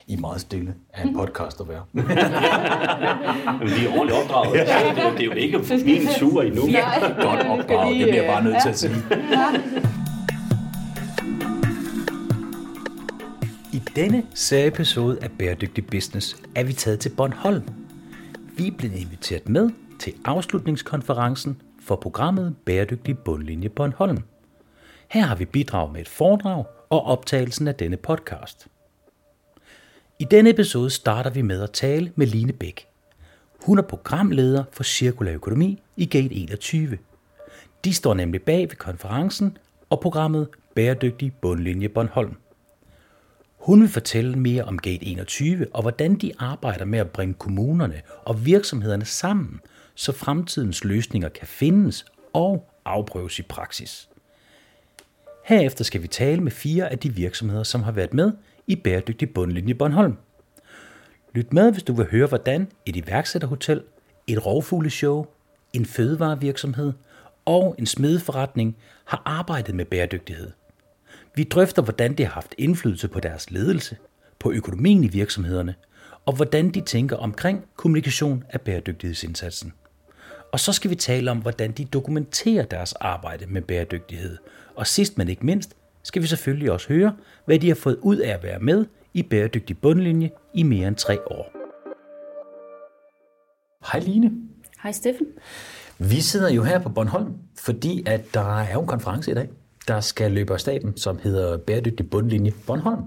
I er meget stille af en podcast at være. Vi er ordentligt opdraget. Det er jo ikke min tur endnu. Godt opdraget, det bliver jeg bare nødt til at sige. I denne serieepisode af Bæredygtig Business er vi taget til Bornholm. Vi er blevet inviteret med til afslutningskonferencen for programmet Bæredygtig Bundlinje Bornholm. Her har vi bidraget med et foredrag og optagelsen af denne podcast. I denne episode starter vi med at tale med Line Bæk. Hun er programleder for cirkulær økonomi i Gate 21. De står nemlig bag ved konferencen og programmet Bæredygtig Bundlinje Bornholm. Hun vil fortælle mere om Gate 21 og hvordan de arbejder med at bringe kommunerne og virksomhederne sammen, så fremtidens løsninger kan findes og afprøves i praksis. Herefter skal vi tale med 4 af de virksomheder, som har været med i Bæredygtig Bundlinje Bornholm. Lyt med, hvis du vil høre, hvordan et iværksætterhotel, et rovfugleshow, en fødevarevirksomhed og en smedeforretning har arbejdet med bæredygtighed. Vi drøfter, hvordan det har haft indflydelse på deres ledelse, på økonomien i virksomhederne, og hvordan de tænker omkring kommunikation af bæredygtighedsindsatsen. Og så skal vi tale om, hvordan de dokumenterer deres arbejde med bæredygtighed. Og sidst men ikke mindst, skal vi selvfølgelig også høre, hvad de har fået ud af at være med i Bæredygtig Bundlinje i mere end 3 år. Hej Line. Hej Steffen. Vi sidder jo her på Bornholm, fordi at der er jo en konference i dag, der skal løbe af staben, som hedder Bæredygtig Bundlinje Bornholm.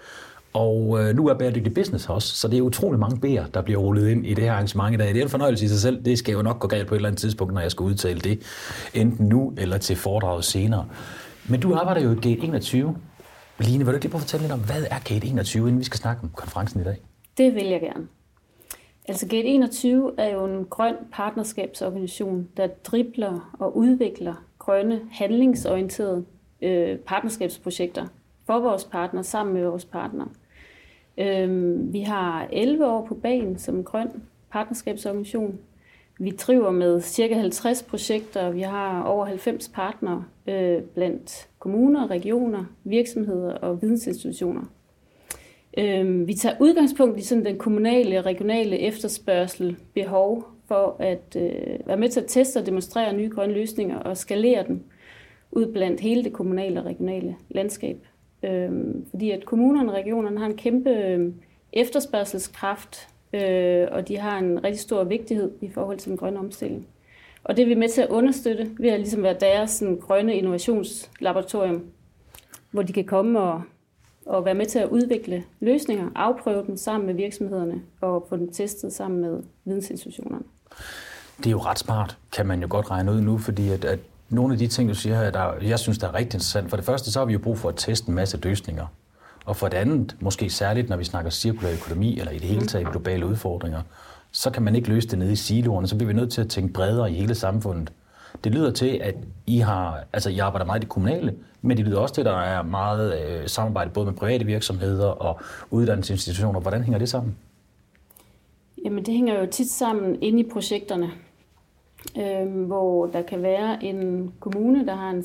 Og nu er Bæredygtig Business også, så det er utrolig mange B'er, der bliver rullet ind i det her arrangement i dag. Det er en fornøjelse i sig selv. Det skal jo nok gå galt på et eller andet tidspunkt, når jeg skal udtale det, enten nu eller til foredraget senere. Men du arbejder jo i Gate 21. Line, vil du ikke prøve at fortælle lidt om, hvad er Gate 21, inden vi skal snakke om konferencen i dag? Det vil jeg gerne. Altså Gate 21 er jo en grøn partnerskabsorganisation, der dribler og udvikler grønne, handlingsorienterede partnerskabsprojekter for vores partnere, sammen med vores partnere. Vi har 11 år på bagen som grøn partnerskabsorganisation. Vi driver med ca. 50 projekter. Vi har over 90 partnere blandt kommuner, regioner, virksomheder og vidensinstitutioner. Vi tager udgangspunkt i sådan den kommunale og regionale efterspørgsel, behov for at være med til at teste og demonstrere nye grønne løsninger og skalere dem ud blandt hele det kommunale og regionale landskab. Fordi at kommunerne og regionerne har en kæmpe efterspørgselskraft, og de har en rigtig stor vigtighed i forhold til den grønne omstilling. Og det er vi med til at understøtte ved at ligesom være deres sådan, grønne innovationslaboratorium, hvor de kan komme og være med til at udvikle løsninger, afprøve dem sammen med virksomhederne og få dem testet sammen med vidensinstitutionerne. Det er jo ret smart, kan man jo godt regne ud nu, fordi at nogle af de ting, du siger her, jeg synes, der er rigtig interessant. For det første, så har vi jo brug for at teste en masse løsninger. Og for det andet, måske særligt, når vi snakker cirkulær økonomi eller i det hele taget globale udfordringer, så kan man ikke løse det nede i siloerne, så bliver vi nødt til at tænke bredere i hele samfundet. Det lyder til, at I arbejder meget i det kommunale, men det lyder også til, at der er meget samarbejde både med private virksomheder og uddannelsesinstitutioner. Hvordan hænger det sammen? Jamen, det hænger jo tit sammen inde i projekterne, hvor der kan være en kommune, der har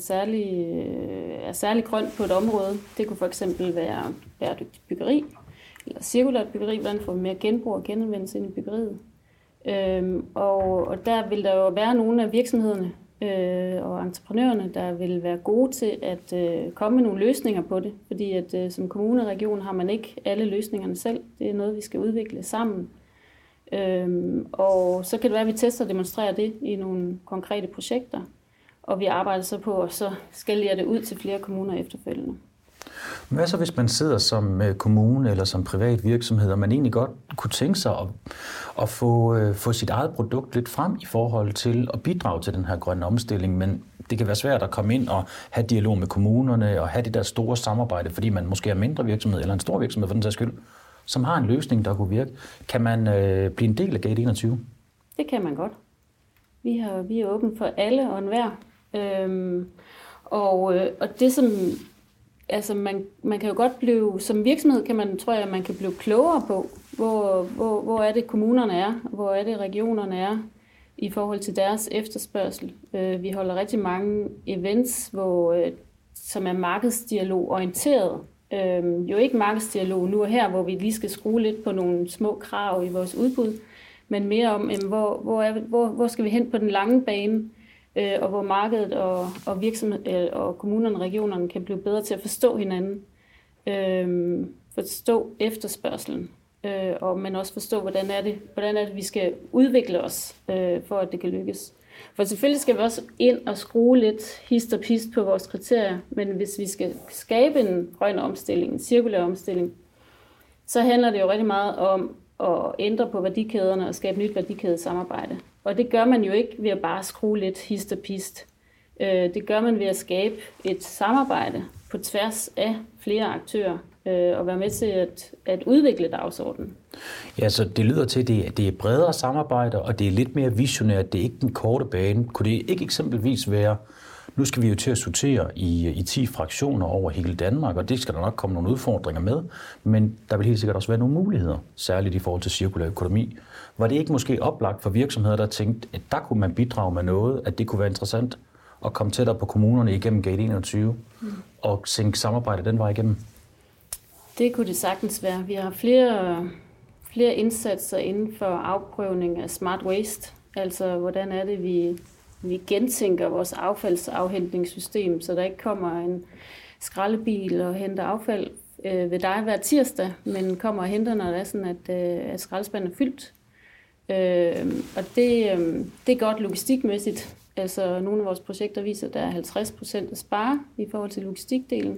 er særlig grøn på et område. Det kunne for eksempel være bæredygtigt byggeri, eller cirkulært byggeri, hvordan får vi mere genbrug og genanvendelse ind i byggeriet. Og der vil der jo være nogle af virksomhederne og entreprenørerne, der vil være gode til at komme med nogle løsninger på det. Fordi at som kommune og region har man ikke alle løsningerne selv. Det er noget, vi skal udvikle sammen. Og så kan det være, at vi tester og demonstrerer det i nogle konkrete projekter. Og vi arbejder så på at så skalere det ud til flere kommuner efterfølgende. Hvad så, hvis man sidder som kommune eller som privat virksomhed, og man egentlig godt kunne tænke sig at få sit eget produkt lidt frem i forhold til at bidrage til den her grønne omstilling, men det kan være svært at komme ind og have dialog med kommunerne og have det der store samarbejde, fordi man måske er mindre virksomhed eller en stor virksomhed for den sags skyld, som har en løsning, der kunne virke. Kan man blive en del af Gate 21? Det kan man godt. Vi er åbne for alle og enhver. Og det som... Altså man kan jo godt blive, som virksomhed tror jeg, man kan blive klogere på, hvor er det kommunerne er, hvor er det regionerne er i forhold til deres efterspørgsel. Vi holder rigtig mange events, som er markedsdialog orienteret, Jo ikke markedsdialog nu og her, hvor vi lige skal skrue lidt på nogle små krav i vores udbud, men mere om, hvor skal vi hen på den lange bane, og hvor markedet og virksomhed og kommunerne og regionerne kan blive bedre til at forstå hinanden, forstå efterspørgselen, men også forstå, hvordan er det, vi skal udvikle os, for at det kan lykkes. For selvfølgelig skal vi også ind og skrue lidt hist og pist på vores kriterier, men hvis vi skal skabe en grøn omstilling, en cirkulær omstilling, så handler det jo rigtig meget om at ændre på værdikæderne og skabe nyt værdikædesamarbejde. Og det gør man jo ikke ved at bare skrue lidt hist og pist. Det gør man ved at skabe et samarbejde på tværs af flere aktører og være med til at udvikle dagsordenen. Ja, så det lyder til, at det er bredere samarbejde, og det er lidt mere visionært. Det er ikke den korte bane. Kunne det ikke eksempelvis være, nu skal vi jo til at sortere i 10 fraktioner over hele Danmark, og det skal der nok komme nogle udfordringer med, men der vil helt sikkert også være nogle muligheder, særligt i forhold til cirkulær økonomi. Var det ikke måske oplagt for virksomheder, der tænkte, at der kunne man bidrage med noget, at det kunne være interessant at komme tættere på kommunerne igennem Gate 21 og sænke samarbejdet den vej igennem? Det kunne det sagtens være. Vi har flere indsatser inden for afprøvning af smart waste. Altså, hvordan er det, vi gentænker vores affaldsafhentningssystem, så der ikke kommer en skraldebil og henter affald ved dig hver tirsdag, men kommer og henter, når det er sådan, at skraldespanden er fyldt. Og det er godt logistikmæssigt. Altså, nogle af vores projekter viser, at der er 50% at spare i forhold til logistikdelen.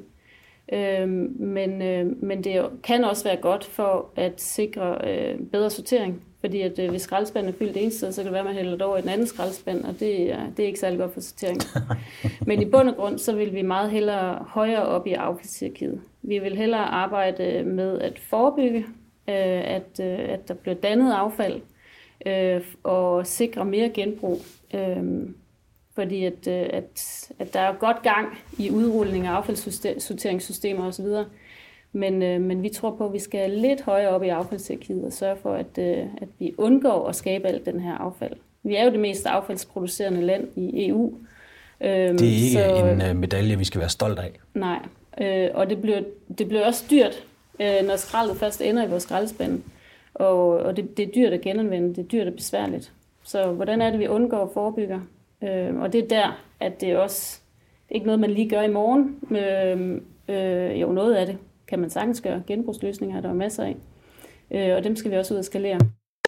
Men det kan også være godt for at sikre bedre sortering, fordi at hvis skraldespanden er fyldt det ene sted, så kan det være, at man hælder det over i den anden skraldespand, og det er ikke særlig godt for sortering. Men i bund og grund, så vil vi meget hellere højere op i affaldshierarkiet. Vi vil hellere arbejde med at forebygge, at der bliver dannet affald, og sikre mere genbrug. Fordi at der er godt gang i udrulning af affaldssorteringssystemer osv., men vi tror på, at vi skal lidt højere op i affaldshierarkiet og sørge for, at vi undgår at skabe alt den her affald. Vi er jo det mest affaldsproducerende land i EU. Det er ikke en medalje, vi skal være stolt af. Nej, og det bliver også dyrt, når skraldet først ender i vores skraldespande. Og det er dyrt at genanvende, det er dyrt og besværligt. Så hvordan er det, vi undgår og forebygger? Og det er der, at det også det er ikke noget, man lige gør i morgen. Jo, noget af det kan man sagtens gøre. Genbrugsløsninger er der masser af. Og dem skal vi også ud og skalere.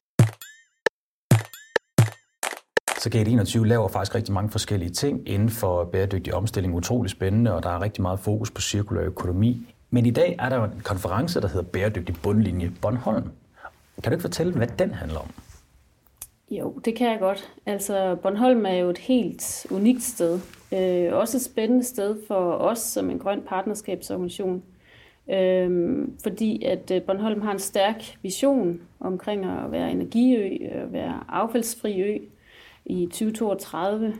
Så Gate 21 laver faktisk rigtig mange forskellige ting inden for bæredygtig omstilling. Utrolig spændende, og der er rigtig meget fokus på cirkulær økonomi. Men i dag er der en konference, der hedder Bæredygtig Bundlinje Bornholm. Kan du ikke fortælle, hvad den handler om? Jo, det kan jeg godt. Altså, Bornholm er jo et helt unikt sted. Også et spændende sted for os som en grøn partnerskabsorganisation. Fordi at Bornholm har en stærk vision omkring at være energiø, at være affaldsfri ø i 2032.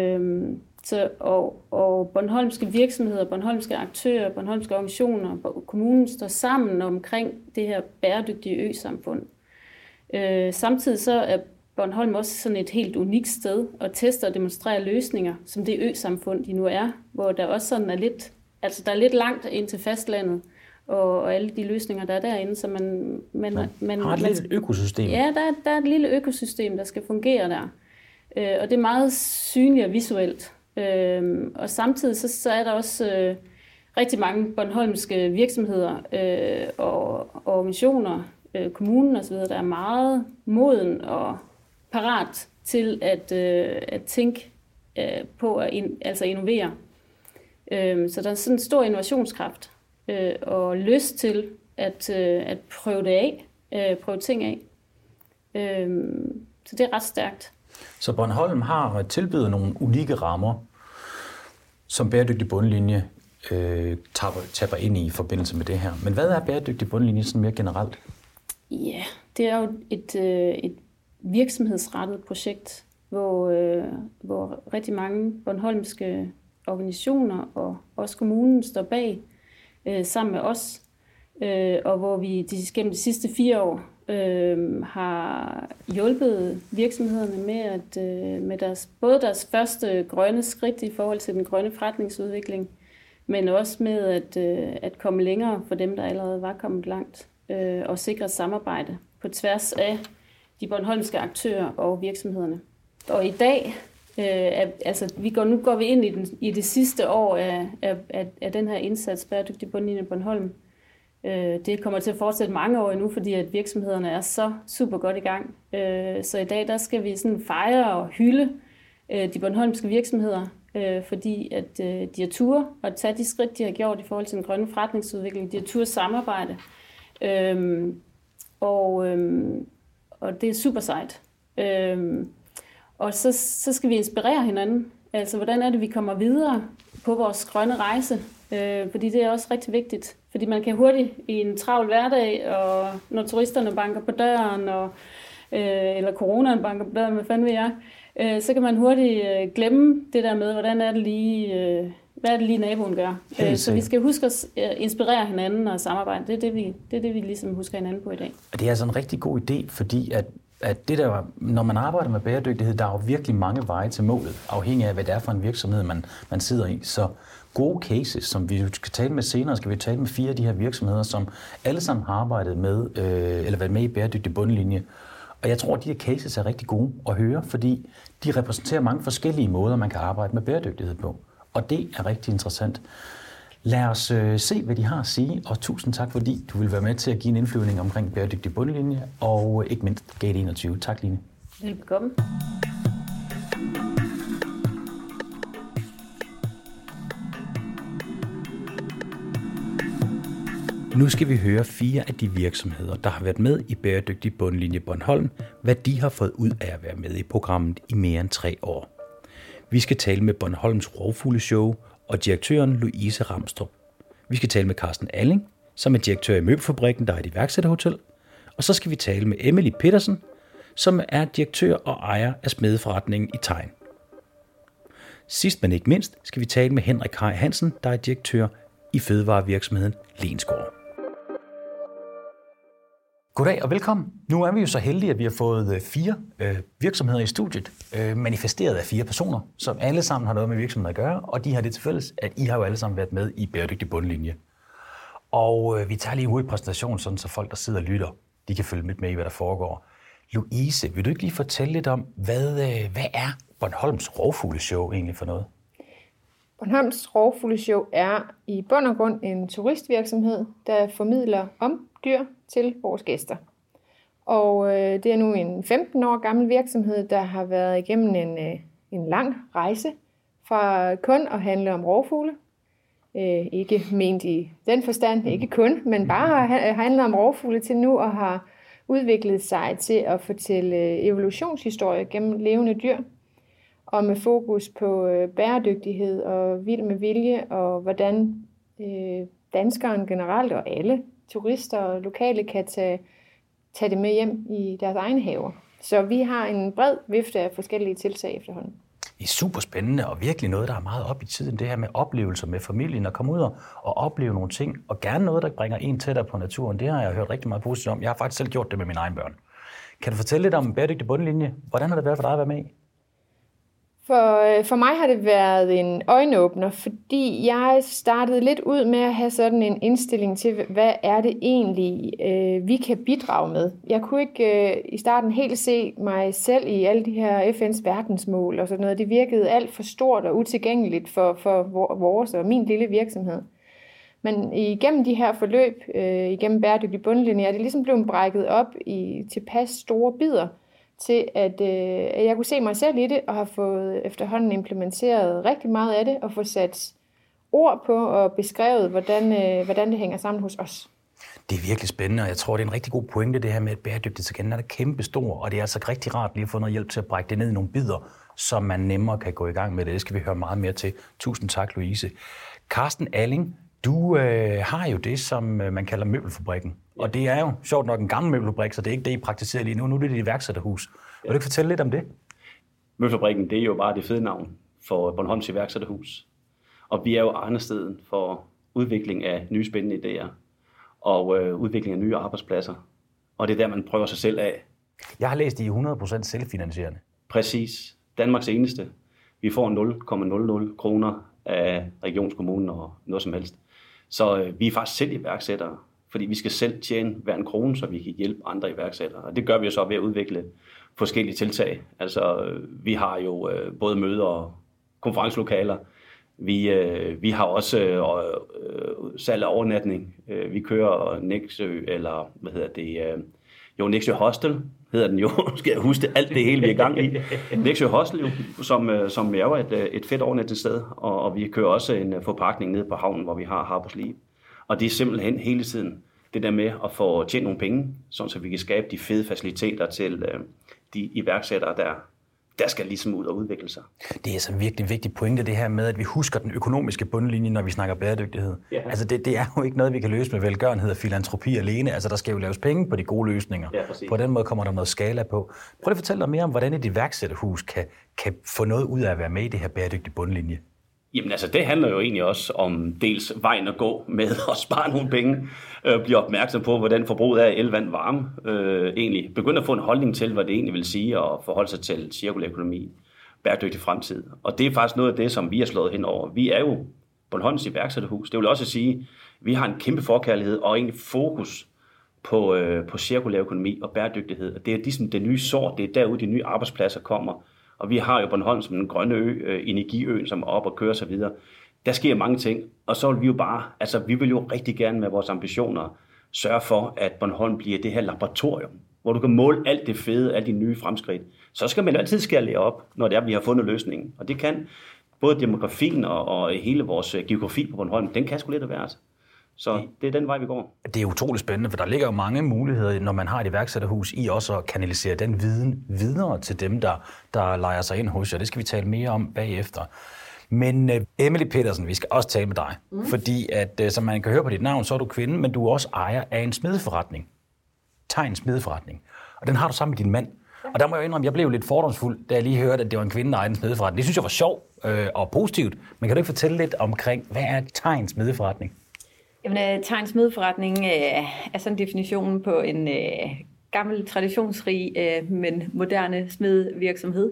Og bornholmske virksomheder, bornholmske aktører, bornholmske organisationer, kommunen står sammen omkring det her bæredygtige ø-samfund. Samtidig så er Bornholm også sådan et helt unikt sted at teste og demonstrere løsninger, som det ø-samfund, de nu er, hvor der også sådan er lidt, altså der er lidt langt ind til fastlandet, og alle de løsninger, der er derinde, så man har et lille økosystem. Ja, der er et lille økosystem, der skal fungere der. Og det er meget synligt og visuelt. Og samtidig så er der også rigtig mange bornholmske virksomheder og organisationer, kommunen osv., der er meget moden og parat til at tænke på at innovere. Så der er sådan en stor innovationskraft og lyst til at prøve det af, prøve ting af. Så det er ret stærkt. Så Bornholm har tilbydet nogle unikke rammer, som bæredygtig bundlinje tapper ind i forbindelse med det her. Men hvad er bæredygtig bundlinje sådan mere generelt? Ja, det er jo et virksomhedsrettet projekt, hvor rigtig mange bornholmske organisationer og også kommunen står bag sammen med os, og hvor vi gennem de sidste 4 år har hjulpet virksomhederne med både deres første grønne skridt i forhold til den grønne forretningsudvikling, men også med at komme længere for dem, der allerede var kommet langt, og sikre samarbejde på tværs af de bornholmske aktører og virksomhederne. Og i dag, nu går vi ind i det sidste år af den her indsats, Bæredygtig Bundlinje Bornholm. Det kommer til at fortsætte mange år endnu, fordi at virksomhederne er så super godt i gang. Så i dag, der skal vi sådan fejre og hylde de bornholmske virksomheder, fordi at de har tur at tage de skridt, de har gjort i forhold til den grønne forretningsudvikling. De har tur samarbejde. Og det er super sejt. Og så skal vi inspirere hinanden. Altså, hvordan er det, vi kommer videre på vores grønne rejse? Fordi det er også rigtig vigtigt. Fordi man kan hurtigt i en travl hverdag, og når turisterne banker på døren, eller coronaen banker på døren, hvad fanden ved jeg, så kan man hurtigt glemme det der med, hvordan er det lige, hvad er det lige naboen gør. Så vi skal huske at inspirere hinanden og samarbejde. Det er det, vi ligesom husker hinanden på i dag. Og det er altså en rigtig god idé, fordi at det der, når man arbejder med bæredygtighed, der er jo virkelig mange veje til målet, afhængig af, hvad det er for en virksomhed, man sidder i. Så gode cases, som vi skal tale med senere, skal vi tale med 4 af de her virksomheder, som alle sammen har arbejdet med, eller været med i Bæredygtig Bundlinje. Og jeg tror, at de her cases er rigtig gode at høre, fordi de repræsenterer mange forskellige måder, man kan arbejde med bæredygtighed på. Og det er rigtig interessant. Lad os se, hvad de har at sige, og tusind tak, fordi du vil være med til at give en indflyvning omkring Bæredygtig Bundlinje, og ikke mindst Gate 21. Tak, Line. Velbekomme. Nu skal vi høre 4 af de virksomheder, der har været med i Bæredygtig Bundlinje Bornholm, hvad de har fået ud af at være med i programmet i mere end 3 år. Vi skal tale med Bornholms Rovfugleshow og direktøren Louise Ramstrup. Vi skal tale med Carsten Alling, som er direktør i Møbelfabrikken, der er et iværksætterhotel. Og så skal vi tale med Emily Petersen, som er direktør og ejer af smedeforretningen i Tegn. Sidst men ikke mindst skal vi tale med Henrik Kaj Hansen, der er direktør i fødevarevirksomheden Lensgård. Goddag og velkommen. Nu er vi jo så heldige, at vi har fået 4 virksomheder i studiet, manifesteret af 4 personer, som alle sammen har noget med virksomheden at gøre, og de har det til fælles, at I har jo alle sammen været med i Bæredygtig Bundlinje. Og vi tager lige en hurtig præsentation, sådan så folk, der sidder og lytter, de kan følge lidt med i, hvad der foregår. Louise, vil du ikke lige fortælle lidt om, hvad er Bornholms Rovfugleshow egentlig for noget? Bornholms Rovfugleshow er i bund og grund en turistvirksomhed, der formidler om dyr til vores gæster. Og det er nu en 15 år gammel virksomhed, der har været igennem en lang rejse fra kun at handle om rovfugle. Ikke ment i den forstand, ikke kun, men bare har handlet om rovfugle til nu og har udviklet sig til at fortælle evolutionshistorie gennem levende dyr. Og med fokus på bæredygtighed og vild med vilje, og hvordan danskeren generelt og alle turister og lokale kan tage det med hjem i deres egne haver. Så vi har en bred vifte af forskellige tiltag efterhånden. Det er super spændende og virkelig noget, der er meget op i tiden. Det her med oplevelser med familien, at komme ud og opleve nogle ting, og gerne noget, der bringer en tættere på naturen. Det har jeg hørt rigtig meget positivt om. Jeg har faktisk selv gjort det med mine egne børn. Kan du fortælle lidt om Bæredygtig Bundlinje? Hvordan har det været for dig at være med i? For mig har det været en øjenåbner, fordi jeg startede lidt ud med at have sådan en indstilling til, hvad er det egentlig, vi kan bidrage med. Jeg kunne ikke i starten helt se mig selv i alle de her FN's verdensmål og sådan noget. Det virkede alt for stort og utilgængeligt for vores og min lille virksomhed. Men igennem de her forløb, igennem Bæredygtig Bundlinje, er det ligesom blevet brækket op i tilpas store bidder, til at jeg kunne se mig selv i det, og har fået efterhånden implementeret rigtig meget af det, og få sat ord på og beskrevet, hvordan det hænger sammen hos os. Det er virkelig spændende, og jeg tror, det er en rigtig god pointe, det her med, at bæredygtighed er kæmpe stor, og det er altså rigtig rart lige at få noget hjælp til at brække det ned i nogle bidder, så man nemmere kan gå i gang med det. Det skal vi høre meget mere til. Tusind tak, Louise. Carsten Alling, du har jo det, som man kalder Møbelfabrikken. Og det er jo sjovt nok en gammel møbelfabrik, så det er ikke det, I praktiserer lige nu. Nu er det et iværksætterhus. Vil du ikke fortælle lidt om det? Møbelfabrikken, det er jo bare det fede navn for Bornholms iværksætterhus. Og vi er jo arnestedet for udvikling af nye spændende idéer og udvikling af nye arbejdspladser. Og det er der, man prøver sig selv af. Jeg har læst, at I er 100% selvfinansierende. Præcis. Danmarks eneste. Vi får 0,00 kroner af regionskommunen og noget som helst. Så vi er faktisk selv iværksættere, fordi vi skal selv tjene hver en krone, så vi kan hjælpe andre iværksættere. Og det gør vi jo så ved at udvikle forskellige tiltag. Altså, vi har jo både møder og konferencelokaler. Vi har også salg af overnatning. Vi kører Nexø, eller Nexø Hostel hedder den jo. Skal jeg huske alt det hele, vi er i gang i. Nexø Hostel jo, som er jo et fedt overnatningssted, og vi kører også en forpakning ned på havnen, hvor vi har Harbors Liv. Og det er simpelthen hele tiden det der med at få tjent nogle penge, så vi kan skabe de fede faciliteter til de iværksættere, der skal ligesom ud og udvikle sig. Det er så virkelig en vigtig pointe, det her med, at vi husker den økonomiske bundlinje, når vi snakker bæredygtighed. Ja. Altså det er jo ikke noget, vi kan løse med velgørenhed og filantropi alene. Altså der skal jo laves penge på de gode løsninger. Ja, på den måde kommer der noget skala på. Prøv at fortælle dig mere om, hvordan et iværksætterhus kan få noget ud af at være med i det her bæredygtige bundlinje. Jamen altså, det handler jo egentlig også om dels vejen at gå med at spare nogle penge, blive opmærksom på, hvordan forbruget er af el, vand, varme, egentlig begynde at få en holdning til, hvad det egentlig vil sige, og forholde sig til cirkulær økonomi, bæredygtig fremtid. Og det er faktisk noget af det, som vi har slået hen over. Vi er jo Bornholms iværksætterhus. Det vil også sige, at vi har en kæmpe forkærlighed og egentlig fokus på cirkulær økonomi og bæredygtighed. Og det er ligesom det nye sort, det er derude, de nye arbejdspladser kommer. Og vi har jo Bornholm som en grønne ø, energiøen, som er op og kører og så videre. Der sker mange ting, og så vil vi jo vi vil jo rigtig gerne med vores ambitioner sørge for, at Bornholm bliver det her laboratorium, hvor du kan måle alt det fede, alle de nye fremskridt. Så skal man altid skale op, når det er, vi har fundet løsningen. Og det kan både demografien og hele vores geografi på Bornholm, den kan sgu lidt af hvert. Så det er den vej, vi går. Det er utroligt spændende, for der ligger jo mange muligheder, når man har et iværksætterhus, i også at kanalisere den viden videre til dem, der lejer sig ind hos jer. Det skal vi tale mere om bagefter. Men Emily Petersen, vi skal også tale med dig, fordi at, som man kan høre på dit navn, så er du kvinde, men du er også ejer af en smedeforretning. Tegn smedeforretning. Og den har du sammen med din mand. Og der må jeg indrømme, at jeg blev lidt fordomsfuld, da jeg lige hørte, at det var en kvinde, der ejede en smedeforretning. Det synes jeg var sjovt og positivt. Men kan du ikke fortælle lidt omkring, hvad er Tegn smedeforretning? Jamen, Tegn smedeforretning er sådan en definition på en gammel, traditionsrig, men moderne smedevirksomhed.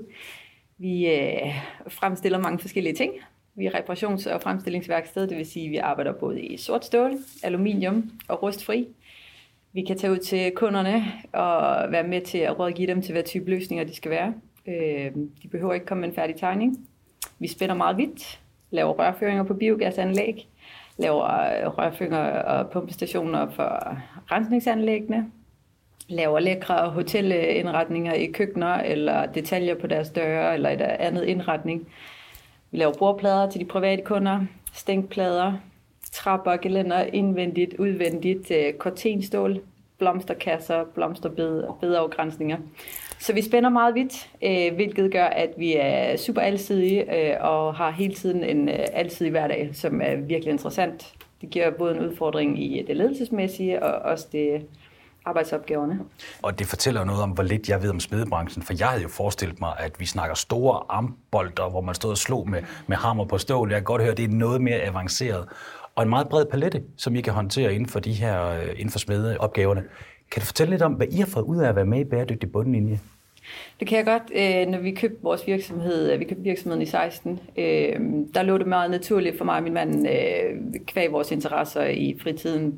Vi fremstiller mange forskellige ting. Vi er reparations- og fremstillingsværksted, det vil sige, at vi arbejder både i sort stål, aluminium og rustfri. Vi kan tage ud til kunderne og være med til at rådgive dem til, hvad type løsninger de skal være. De behøver ikke komme med en færdig tegning. Vi spænder meget vidt, laver rørføringer på biogasanlæg, laver rørføringer og pumpestationer for rensningsanlæggene, laver lækre hotelindretninger i køkkener eller detaljer på deres døre eller et andet indretning. Vi laver bordplader til de private kunder, stænkplader, trapper, gelænder, indvendigt, udvendigt, cortenstål, blomsterkasser, blomsterbed og bedafgrænsninger. Så vi spænder meget vidt, hvilket gør, at vi er super alsidige og har hele tiden en alsidig hverdag, som er virkelig interessant. Det giver både en udfordring i det ledelsesmæssige og også det arbejdsopgaverne. Og det fortæller noget om, hvor lidt jeg ved om smedebranchen, for jeg havde jo forestillet mig, at vi snakker store armbolter, hvor man stod og slog med hammer på stål. Jeg kan godt høre, at det er noget mere avanceret. Og en meget bred palette, som I kan håndtere inden for smedeopgaverne. Kan du fortælle lidt om, hvad I har fået ud af at være med i Bæredygtig Bundlinje? Det kan jeg godt. Når vi købte vores virksomhed, vi købte virksomheden i 16, der lå det meget naturligt for mig og min mand kvæg vores interesser i fritiden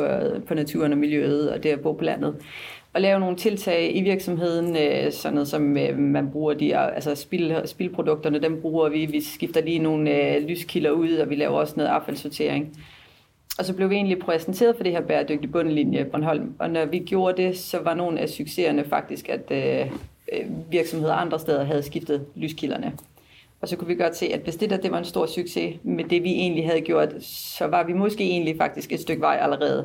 på naturen og miljøet og det at bo på landet. Og lave nogle tiltag i virksomheden, sådan noget som man bruger spildprodukterne, dem bruger vi. Vi skifter lige nogle lyskilder ud, og vi laver også noget affaldssortering. Og så blev vi egentlig præsenteret for det her bæredygtige bundlinje Bornholm. Og når vi gjorde det, så var nogle af succeserne faktisk, at virksomheder andre steder havde skiftet lyskilderne. Og så kunne vi godt se, at hvis det var en stor succes med det, vi egentlig havde gjort, så var vi måske egentlig faktisk et stykke vej allerede.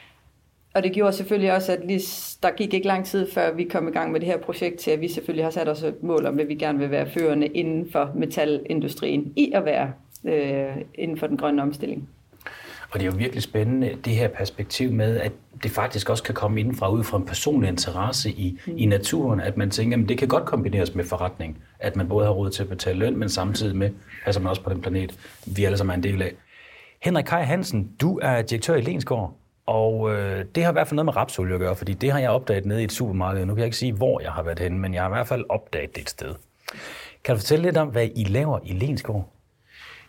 Og det gjorde selvfølgelig også, at der gik ikke lang tid, før vi kom i gang med det her projekt, til at vi selvfølgelig har sat os et mål om, at vi gerne vil være førende inden for metalindustrien i at være inden for den grønne omstilling. Og det er jo virkelig spændende, det her perspektiv med, at det faktisk også kan komme indenfra ud fra en personlig interesse i naturen, at man tænker, at det kan godt kombineres med forretning, at man både har råd til at betale løn, men samtidig med, passer man også på den planet, vi alle sammen er en del af. Henrik Kaj Hansen, du er direktør i Lensgaard, og det har i hvert fald noget med rapsolie at gøre, fordi det har jeg opdaget nede i et supermarked. Nu kan jeg ikke sige, hvor jeg har været henne, men jeg har i hvert fald opdaget det et sted. Kan du fortælle lidt om, hvad I laver i Lensgaard?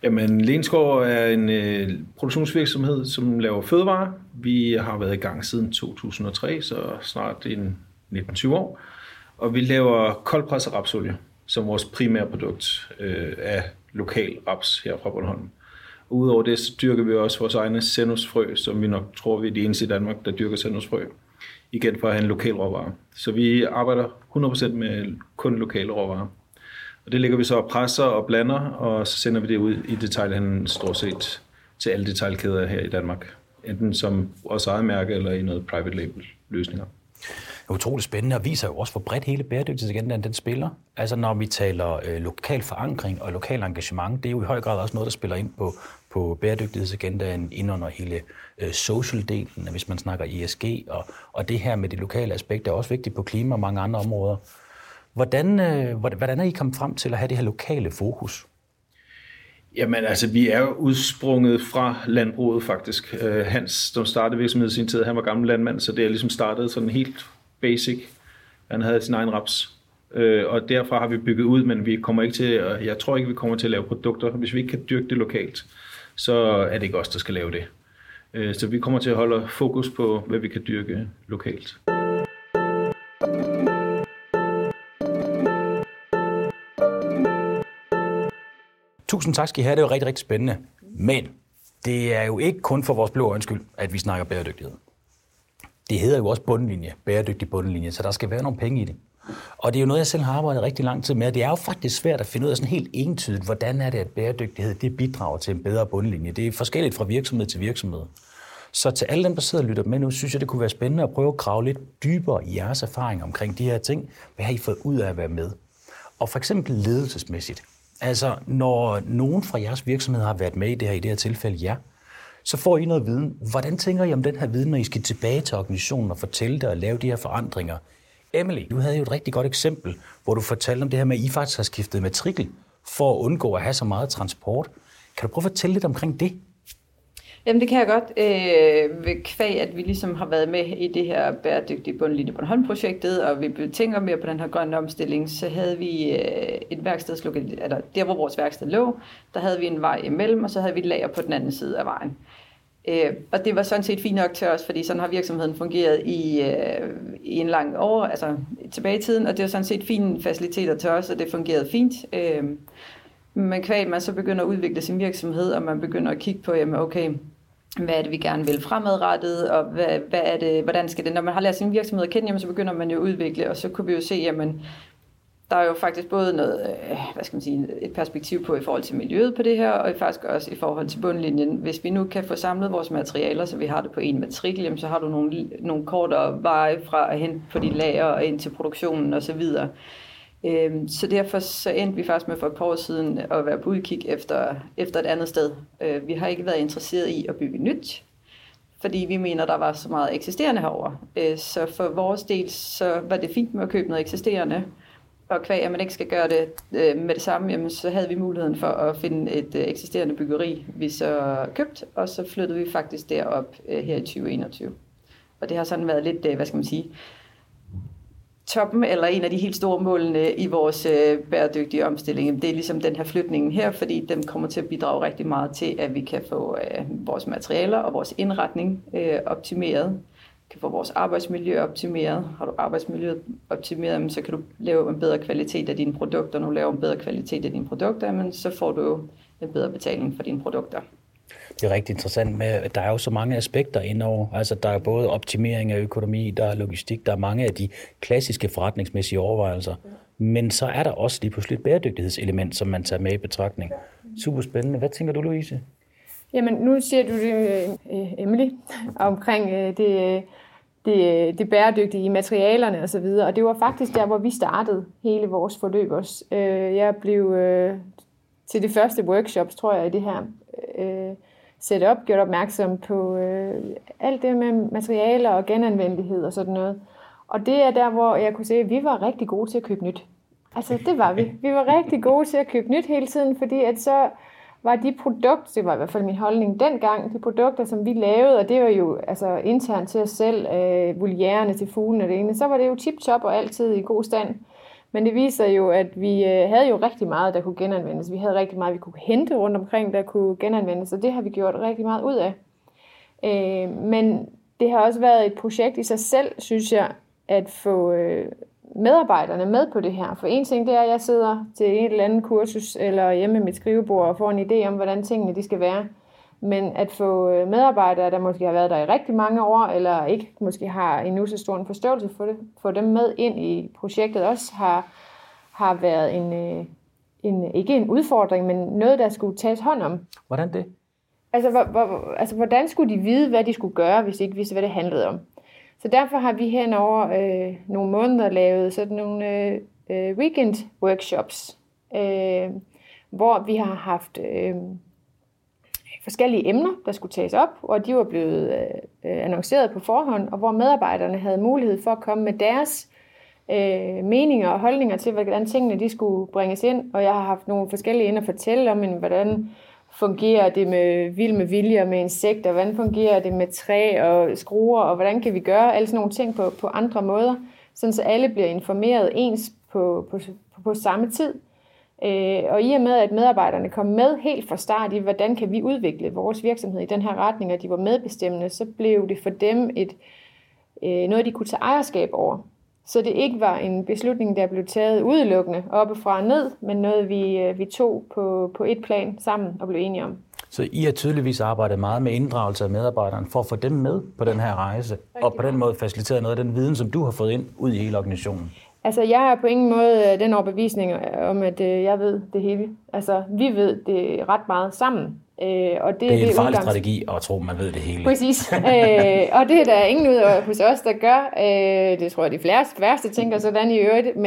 Jamen, Lenskov er en produktionsvirksomhed, som laver fødevarer. Vi har været i gang siden 2003, så snart 19-20 år. Og vi laver koldpresset rapsolie som vores primære produkt af lokal raps her fra Bornholm. Udover det, så dyrker vi også vores egne senusfrø, som vi nok tror, vi er de eneste i Danmark, der dyrker senusfrø. Igen for at have en lokal råvare. Så vi arbejder 100% med kun lokale råvarer. Og det lægger vi så og presser og blander, og så sender vi det ud i detailhandlen stort set til alle detailkæder her i Danmark. Enten som vores eget mærke eller i noget private label løsninger. Det er utroligt spændende og viser jo også, hvor bredt hele bæredygtighedsagendaen den spiller. Altså når vi taler lokal forankring og lokal engagement, det er jo i høj grad også noget, der spiller ind på bæredygtighedsagendaen ind under hele social-delen, hvis man snakker ESG, og det her med det lokale aspekt er også vigtigt på klima og mange andre områder. Hvordan er I kommet frem til at have det her lokale fokus? Jamen altså, vi er jo udsprunget fra landbruget faktisk. Hans, som startede virksomheden i sin tid, han var gammel landmand, så det er ligesom startet sådan helt basic. Han havde sin egen raps. Og derfra har vi bygget ud, men vi kommer ikke til, jeg tror ikke, vi kommer til at lave produkter. Hvis vi ikke kan dyrke det lokalt, så er det ikke os, der skal lave det. Så vi kommer til at holde fokus på, hvad vi kan dyrke lokalt. Tusind tak skal I have, det er jo rigtig, rigtig spændende. Men det er jo ikke kun for vores blå øjens skyld, at vi snakker bæredygtighed. Det hedder jo også bundlinje, bæredygtig bundlinje, så der skal være nogle penge i det. Og det er jo noget, jeg selv har arbejdet rigtig lang tid med, og det er jo faktisk svært at finde ud af sådan helt entydigt, hvordan er det, at bæredygtighed det bidrager til en bedre bundlinje. Det er forskelligt fra virksomhed til virksomhed. Så til alle dem, der sidder og lytter med nu, synes jeg, det kunne være spændende at prøve at grave lidt dybere i jeres erfaring omkring de her ting. Hvad har I fået ud af at være med? Og for eksempel ledelsesmæssigt. Altså, når nogen fra jeres virksomhed har været med i det her tilfælde, ja, så får I noget viden. Hvordan tænker I om den her viden, når I skal tilbage til organisationen og fortælle det og lave de her forandringer? Emily, du havde jo et rigtig godt eksempel, hvor du fortalte om det her med, at I faktisk har skiftet matrikel for at undgå at have så meget transport. Kan du prøve at fortælle lidt omkring det? Jamen det kan jeg godt. Ved kvæg, at vi ligesom har været med i det her bæredygtige bundlinje Bornholm-projektet, og vi tænker mere på den her grønne omstilling, så havde vi et værkstedslokale, eller der hvor vores værksted lå, der havde vi en vej imellem, og så havde vi et lager på den anden side af vejen. Og det var sådan set fint nok til os, fordi sådan har virksomheden fungeret i en lang år, altså tilbage i tiden, og det var sådan set fine faciliteter til os, og det fungerede fint. Men kvæg, man så begynder at udvikle sin virksomhed, og man begynder at kigge på, jamen okay, hvad er det, vi gerne vil fremadrettet, og hvad er det, hvordan skal det, når man har lært sin virksomhed at kende, jamen, så begynder man jo at udvikle, og så kunne vi jo se, jamen, der er jo faktisk både noget, et perspektiv på i forhold til miljøet på det her, og faktisk også i forhold til bundlinjen. Hvis vi nu kan få samlet vores materialer, så vi har det på en matrikel, jamen, så har du nogle kortere veje fra at hente på de lager og ind til produktionen osv. Så derfor så endte vi faktisk med for et par år siden at være på udkig efter et andet sted. Vi har ikke været interesseret i at bygge nyt, fordi vi mener, der var så meget eksisterende herovre. Så for vores del, så var det fint med at købe noget eksisterende, og kvæg, at man ikke skal gøre det med det samme, jamen, så havde vi muligheden for at finde et eksisterende byggeri, vi så købt, og så flyttede vi faktisk derop her i 2021. Og det har sådan været lidt, toppen eller en af de helt store målene i vores bæredygtige omstilling. Det er ligesom den her flytning her, fordi den kommer til at bidrage rigtig meget til, at vi kan få vores materialer og vores indretning optimeret. Kan få vores arbejdsmiljø optimeret. Har du arbejdsmiljøet optimeret, så kan du lave en bedre kvalitet af dine produkter. Når du laver en bedre kvalitet af dine produkter, men så får du jo en bedre betaling for dine produkter. Det er rigtig interessant med, at der er jo så mange aspekter indover. Altså der er både optimering af økonomi, der er logistik, der er mange af de klassiske forretningsmæssige overvejelser. Men så er der også lige pludselig et bæredygtighedselement, som man tager med i betragtning. Super spændende. Hvad tænker du, Louise? Jamen, nu siger du det, Emily, omkring det bæredygtige i materialerne og så videre. Og det var faktisk der, hvor vi startede hele vores forløb også. Jeg blev til det første workshops, tror jeg, i det her setup, gjort opmærksom på alt det med materialer og genanvendelighed og sådan noget. Og det er der, hvor jeg kunne se, at vi var rigtig gode til at købe nyt. Altså, det var vi. Vi var rigtig gode til at købe nyt hele tiden, fordi at så var de produkter, det var i hvert fald min holdning dengang, de produkter, som vi lavede, og det var jo altså internt til os selv, voliærerne til fuglene og det ene, så var det jo tip-top og altid i god stand. Men det viser jo, at vi havde jo rigtig meget, der kunne genanvendes. Vi havde rigtig meget, vi kunne hente rundt omkring, der kunne genanvendes, og det har vi gjort rigtig meget ud af. Men det har også været et projekt i sig selv, synes jeg, at få medarbejderne med på det her. For en ting, det er, at jeg sidder til et eller andet kursus eller hjemme med mit skrivebord og får en idé om, hvordan tingene de skal være. Men at få medarbejdere, der måske har været der i rigtig mange år, eller ikke måske har endnu så stor en forståelse for det, få dem med ind i projektet også har været ikke en udfordring, men noget, der skulle tages hånd om. Hvordan det? Altså, hvordan skulle de vide, hvad de skulle gøre, hvis de ikke vidste, hvad det handlede om? Så derfor har vi henover nogle måneder lavet sådan nogle weekend-workshops, hvor vi har haft forskellige emner, der skulle tages op, og de var blevet annonceret på forhånd, og hvor medarbejderne havde mulighed for at komme med deres meninger og holdninger til, hvordan tingene de skulle bringes ind. Og jeg har haft nogle forskellige ind at fortælle om, hvordan fungerer det med vild med vilje og med insekter, hvordan fungerer det med træ og skruer, og hvordan kan vi gøre alle sådan nogle ting på andre måder, sådan så alle bliver informeret ens på samme tid. Og i og med, at medarbejderne kom med helt fra start i, hvordan kan vi udvikle vores virksomhed i den her retning, og de var medbestemmende, så blev det for dem noget, de kunne tage ejerskab over. Så det ikke var en beslutning, der blev taget udelukkende oppefra og ned, men noget, vi tog på et plan sammen og blev enige om. Så I har tydeligvis arbejdet meget med inddragelse af medarbejderne for at få dem med på den her rejse, og på den måde facilitere noget af den viden, som du har fået ind ud i hele organisationen. Altså, jeg har på ingen måde den overbevisning om, at jeg ved det hele. Altså, vi ved det ret meget sammen. Og det er en farlig strategi at tro, man ved det hele. Præcis. Og det er der ingen ud hos os, der gør. Det tror jeg, de fleste tænker sådan i øvrigt.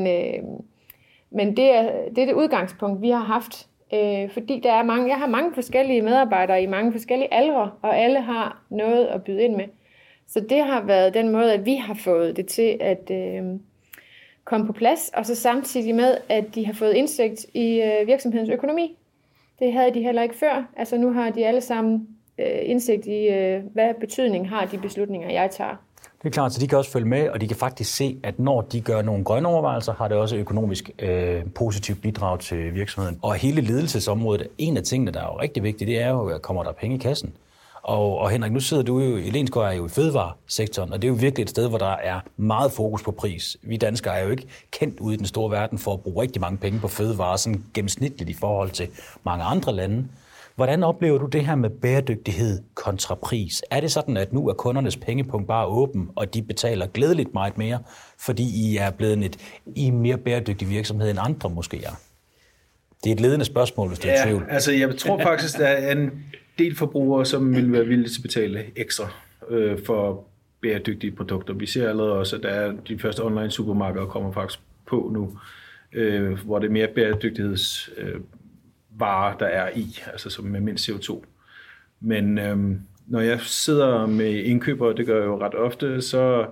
Men det er det udgangspunkt, vi har haft. Fordi jeg har mange forskellige medarbejdere i mange forskellige aldre, og alle har noget at byde ind med. Så det har været den måde, at vi har fået det til at komme på plads, og så samtidig med, at de har fået indsigt i virksomhedens økonomi. Det havde de heller ikke før. Altså nu har de alle sammen indsigt i, hvad betydning har de beslutninger, jeg tager. Det er klart, så de kan også følge med, og de kan faktisk se, at når de gør nogle grønne overvejelser, har det også økonomisk positivt bidrag til virksomheden. Og hele ledelsesområdet, en af tingene, der er jo rigtig vigtigt, det er jo, at kommer der penge i kassen. Og Henrik, nu sidder du jo i Lensgaard, er jo i fødevaresektoren, og det er jo virkelig et sted, hvor der er meget fokus på pris. Vi danskere er jo ikke kendt ude i den store verden for at bruge rigtig mange penge på fødevarer, sådan gennemsnitligt i forhold til mange andre lande. Hvordan oplever du det her med bæredygtighed kontra pris? Er det sådan, at nu er kundernes pengepunkt bare åben, og de betaler glædeligt meget mere, fordi I er blevet en mere bæredygtig virksomhed end andre måske er? Det er et ledende spørgsmål, hvis du er i tvivl. Altså jeg tror faktisk, der er en del forbrugere, som vil være villige til at betale ekstra for bæredygtige produkter. Vi ser allerede også, at der er de første online supermarkeder kommer faktisk på nu, hvor det er mere bæredygtighedsvarer, der er i, altså som med mindst CO2. Men når jeg sidder med indkøbere, det gør jeg jo ret ofte, så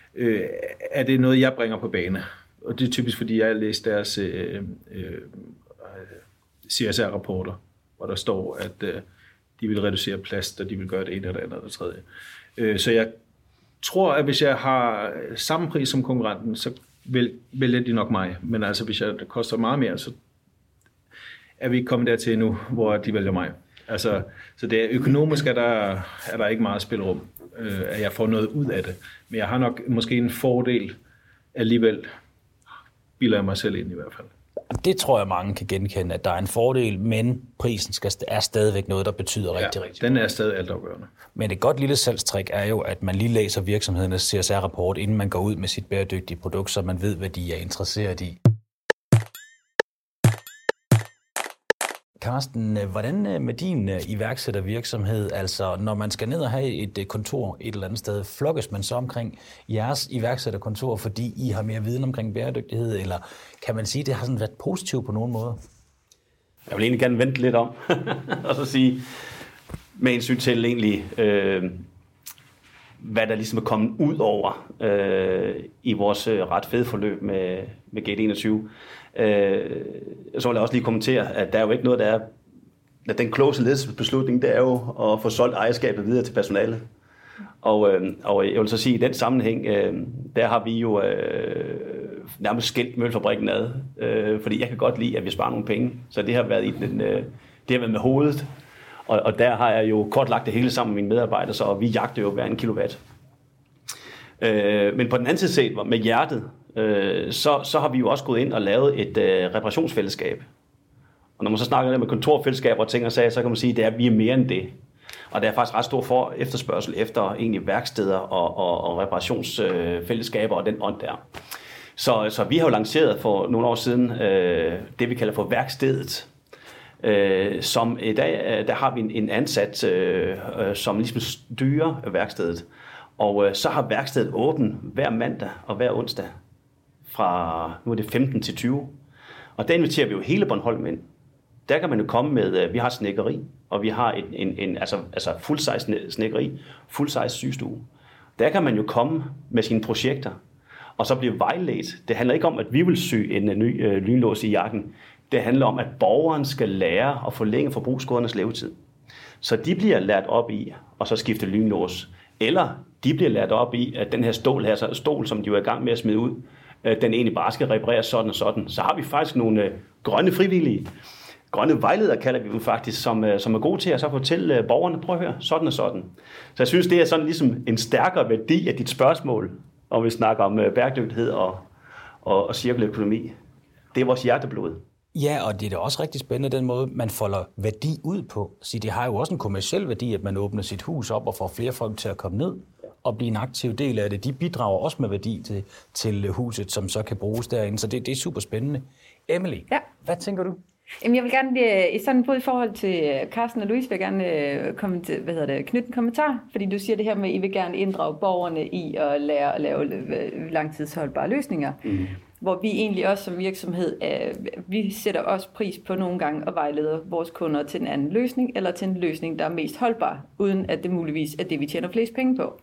er det noget, jeg bringer på bane. Og det er typisk, fordi jeg har læst deres CSR-rapporter, hvor der står, at de vil reducere plast, og de vil gøre det ene eller det andet eller det tredje. Så jeg tror, at hvis jeg har samme pris som konkurrenten, så vælger de nok mig. Men altså, hvis det koster meget mere, så er vi ikke kommet dertil endnu, hvor de vælger mig. Altså, så det er økonomisk, er der ikke meget spilrum, at jeg får noget ud af det. Men jeg har nok måske en fordel alligevel, bilder jeg mig selv ind i hvert fald. Det tror jeg, mange kan genkende, at der er en fordel, men prisen er stadigvæk noget, der betyder rigtig meget. Den er stadig altafgørende. Men et godt lille salgstrik er jo, at man lige læser virksomhedernes CSR-rapport, inden man går ud med sit bæredygtige produkt, så man ved, hvad de er interesseret i. Carsten, hvordan med din iværksættervirksomhed, altså når man skal ned og have et kontor et eller andet sted, flokkes man så omkring jeres iværksætterkontor, fordi I har mere viden omkring bæredygtighed, eller kan man sige, at det har sådan været positivt på nogen måde? Jeg vil egentlig gerne vente lidt om, og så sige, med hensyn til egentlig, hvad der ligesom er kommet ud over i vores ret fede forløb med Gate 21. Så vil jeg også lige kommentere, at der er jo ikke noget, der er, at den klogeste ledelsesbeslutning, det er jo at få solgt ejerskabet videre til personalet. Og jeg vil så sige, at i den sammenhæng, der har vi jo nærmest skilt mølfabrikken ad, fordi jeg kan godt lide, at vi sparer nogle penge. Så det har været, det har været med hovedet. Og der har jeg jo kortlagt det hele sammen med mine medarbejdere, så vi jagter jo hver en kilowatt. Men på den anden side set, med hjertet, så har vi jo også gået ind og lavet et reparationsfællesskab. Og når man så snakker med kontorfællesskaber og ting og sager, så kan man sige, at vi er mere end det. Og der er faktisk ret stor efterspørgsel efter egentlig værksteder og reparationsfællesskaber og den ånd der. Så vi har jo lanceret for nogle år siden det, vi kalder for værkstedet. Som i dag, der har vi en ansat, som ligesom styrer værkstedet. Og så har værkstedet åbent hver mandag og hver onsdag fra, nu er det 15 til 20. Og der inviterer vi jo hele Bornholm ind. Der kan man jo komme med, vi har snedkeri, og vi har altså full-size snedkeri, full-size systue. Der kan man jo komme med sine projekter, og så blive vejledt. Det handler ikke om, at vi vil sy en ny lynlås i jakken. Det handler om, at borgeren skal lære at forlænge forbrugskodernes levetid. Så de bliver lært op i, og så skifte lynlås. Eller de bliver lært op i, at den her stol, som de jo er i gang med at smide ud, den egentlig bare skal repareres sådan og sådan. Så har vi faktisk nogle grønne frivillige, grønne vejledere kalder vi dem faktisk, som er gode til at så fortælle borgerne, prøv at høre, sådan og sådan. Så jeg synes, det er sådan ligesom en stærkere værdi af dit spørgsmål, om vi snakker om bæredygtighed og cirkulær økonomi. Det er vores hjerteblod. Ja, og det er da også rigtig spændende, den måde, man folder værdi ud på. Så det har jo også en kommerciel værdi, at man åbner sit hus op og får flere folk til at komme ned og blive en aktiv del af det. De bidrager også med værdi til huset, som så kan bruges derinde. Så det er super spændende. Emily, Hvad tænker du? Jamen, jeg vil gerne, sådan både i forhold til Carsten og Louise, vil jeg gerne knytte en kommentar. Fordi du siger det her med, at I vil gerne inddrage borgerne i at lære at lave langtidsholdbare løsninger. Mm. Hvor vi egentlig også som virksomhed, vi sætter også pris på nogle gange at vejlede vores kunder til en anden løsning, eller til en løsning, der er mest holdbar, uden at det muligvis er det, vi tjener flest penge på.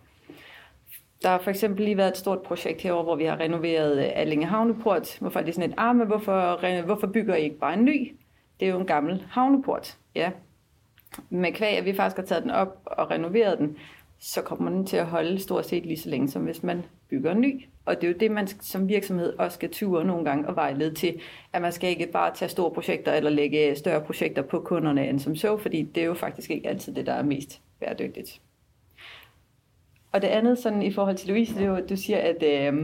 Der har for eksempel lige været et stort projekt herovre, hvor vi har renoveret Allinge Havneport, hvor folk er sådan et, men hvorfor bygger I ikke bare en ny? Det er jo en gammel havneport. Ja. Med kvæg, at vi faktisk har taget den op og renoveret den, så kommer den til at holde stort set lige så længe, som hvis man bygger en ny. Og det er jo det, man som virksomhed også skal ture nogle gange og vejlede til, at man skal ikke bare tage store projekter eller lægge større projekter på kunderne end som så, fordi det er jo faktisk ikke altid det, der er mest bæredygtigt. Og det andet, sådan i forhold til Louise, det er jo, du siger, at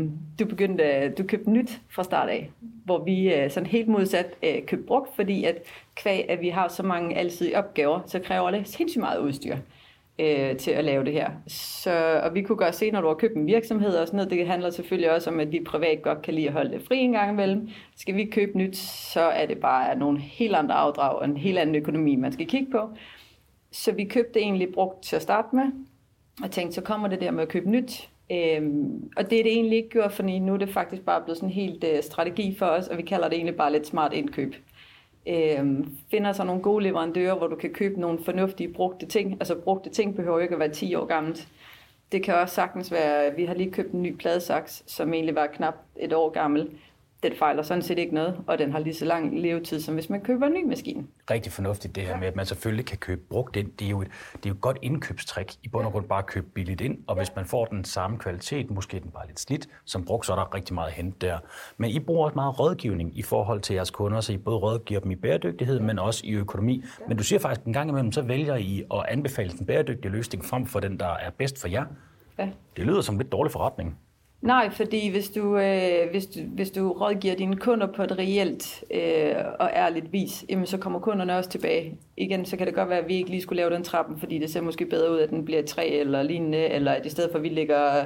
du købte nyt fra start af, hvor vi sådan helt modsat købte brugt, fordi at kvæg, at vi har så mange alsidige opgaver, så kræver det sindssygt meget udstyr til at lave det her. Og vi kunne godt se, når du har købt en virksomhed og sådan noget, det handler selvfølgelig også om, at vi privat godt kan lide at holde det fri en gang imellem. Skal vi købe nyt, så er det bare nogle helt andre afdrag og en helt anden økonomi, man skal kigge på. Så vi købte egentlig brugt til at starte med, og tænkte, så kommer det der med at købe nyt. Og det er det egentlig ikke gjort, for nu er det faktisk bare blevet sådan en helt strategi for os, og vi kalder det egentlig bare lidt smart indkøb. Finder så nogle gode leverandører, hvor du kan købe nogle fornuftige brugte ting. Altså brugte ting behøver ikke at være 10 år gammelt. Det kan også sagtens være, vi har lige købt en ny pladesaks, som egentlig var knap et år gammel. Den fejler sådan set ikke noget, og den har lige så lang levetid, som hvis man køber en ny maskine. Rigtig fornuftigt det her med, at man selvfølgelig kan købe brugt ind. Det er jo et godt indkøbstrik. I bund og grund bare købe billigt ind, og hvis man får den samme kvalitet, måske den bare lidt slidt, som brugt, så er der rigtig meget at hente der. Men I bruger også meget rådgivning i forhold til jeres kunder, så I både rådgiver dem i bæredygtighed, men også i økonomi. Men du siger faktisk, at en gang imellem, så vælger I at anbefale den bæredygtige løsning frem for den, der er bedst for jer. Ja. Det lyder som lidt dårlig forretning. Nej, fordi hvis du rådgiver dine kunder på et reelt og ærligt vis, jamen, så kommer kunderne også tilbage. Igen, så kan det godt være, at vi ikke lige skulle lave den trappen, fordi det ser måske bedre ud, at den bliver 3 eller lignende, eller at i stedet for, at vi lægger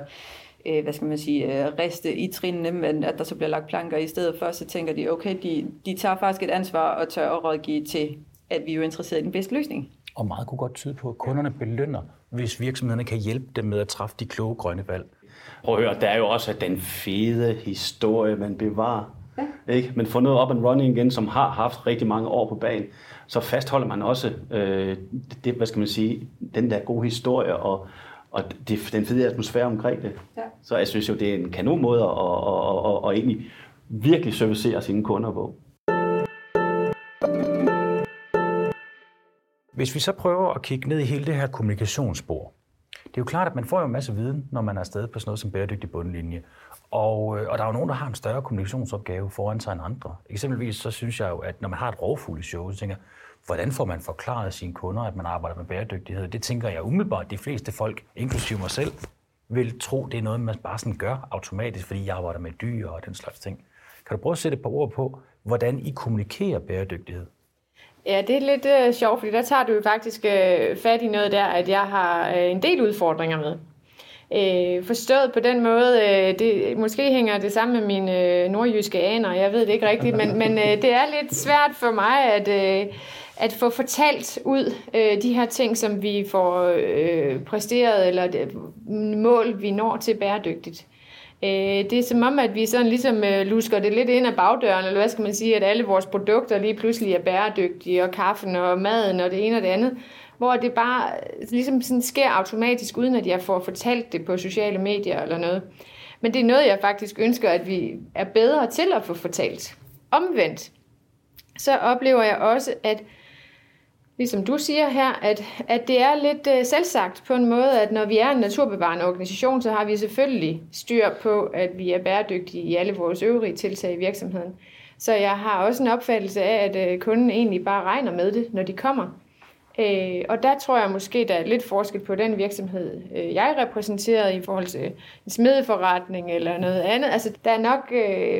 riste i trinene, men at der så bliver lagt planker i stedet for, så tænker de, okay, de tager faktisk et ansvar og tør at rådgive til, at vi er jo interesseret i den bedste løsning. Og meget kunne godt tyde på, at kunderne belønner, hvis virksomhederne kan hjælpe dem med at træffe de kloge grønne valg. Prøv at høre, der er jo også den fede historie, man bevarer. Ja. Ikke? Men får noget up and running igen, som har haft rigtig mange år på banen, så fastholder man også den der gode historie og den fede atmosfære omkring det. Ja. Så jeg synes jo, det er en kanon måde at egentlig virkelig servicere sine kunder på. Hvis vi så prøver at kigge ned i hele det her kommunikationsspor, det er jo klart, at man får jo en masse viden, når man er afsted på sådan noget som bæredygtig bundlinje. Og der er jo nogen, der har en større kommunikationsopgave foran sig end andre. Eksempelvis så synes jeg jo, at når man har et rovfugleshow, så tænker jeg, hvordan får man forklaret sine kunder, at man arbejder med bæredygtighed? Det tænker jeg umiddelbart, de fleste folk, inklusive mig selv, vil tro, det er noget, man bare sådan gør automatisk, fordi jeg arbejder med dyr og den slags ting. Kan du prøve at sætte et par ord på, hvordan I kommunikerer bæredygtighed? Ja, det er lidt sjovt, fordi der tager du jo faktisk fat i noget der, at jeg har en del udfordringer med. Forstået på den måde, måske hænger det sammen med mine nordjyske aner, jeg ved det ikke rigtigt, men det er lidt svært for mig at få fortalt ud de her ting, som vi får præsteret, eller mål, vi når til bæredygtigt. Det er som om, at vi sådan ligesom lusker det lidt ind ad bagdøren, eller hvad skal man sige, at alle vores produkter lige pludselig er bæredygtige, og kaffen og maden og det ene og det andet, hvor det bare ligesom sådan sker automatisk, uden at jeg får fortalt det på sociale medier eller noget. Men det er noget, jeg faktisk ønsker, at vi er bedre til at få fortalt. Omvendt, så oplever jeg også, at ligesom du siger her, at det er lidt selvsagt på en måde, at når vi er en naturbevarende organisation, så har vi selvfølgelig styr på, at vi er bæredygtige i alle vores øvrige tiltag i virksomheden. Så jeg har også en opfattelse af, at kunden egentlig bare regner med det, når de kommer. Og der tror jeg måske, der er lidt forskel på den virksomhed, jeg repræsenterer i forhold til en smedeforretning eller noget andet. Altså, der er nok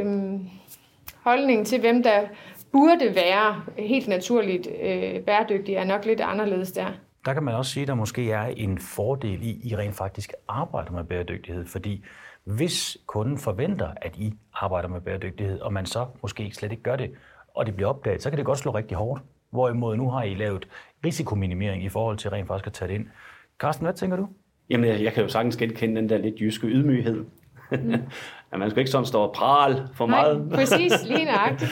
holdningen til, hvem der burde være helt naturligt bæredygtige, er nok lidt anderledes der. Der kan man også sige, at der måske er en fordel i rent faktisk arbejder med bæredygtighed, fordi hvis kunden forventer, at I arbejder med bæredygtighed, og man så måske slet ikke gør det, og det bliver opdaget, så kan det godt slå rigtig hårdt. Hvorimod nu har I lavet risikominimering i forhold til rent faktisk at tage det ind. Carsten, hvad tænker du? Jamen, jeg kan jo sagtens genkende den der lidt jyske ydmyghed. At man skal ikke sådan stå og prale for meget. Nej, præcis, lige nøjagtigt.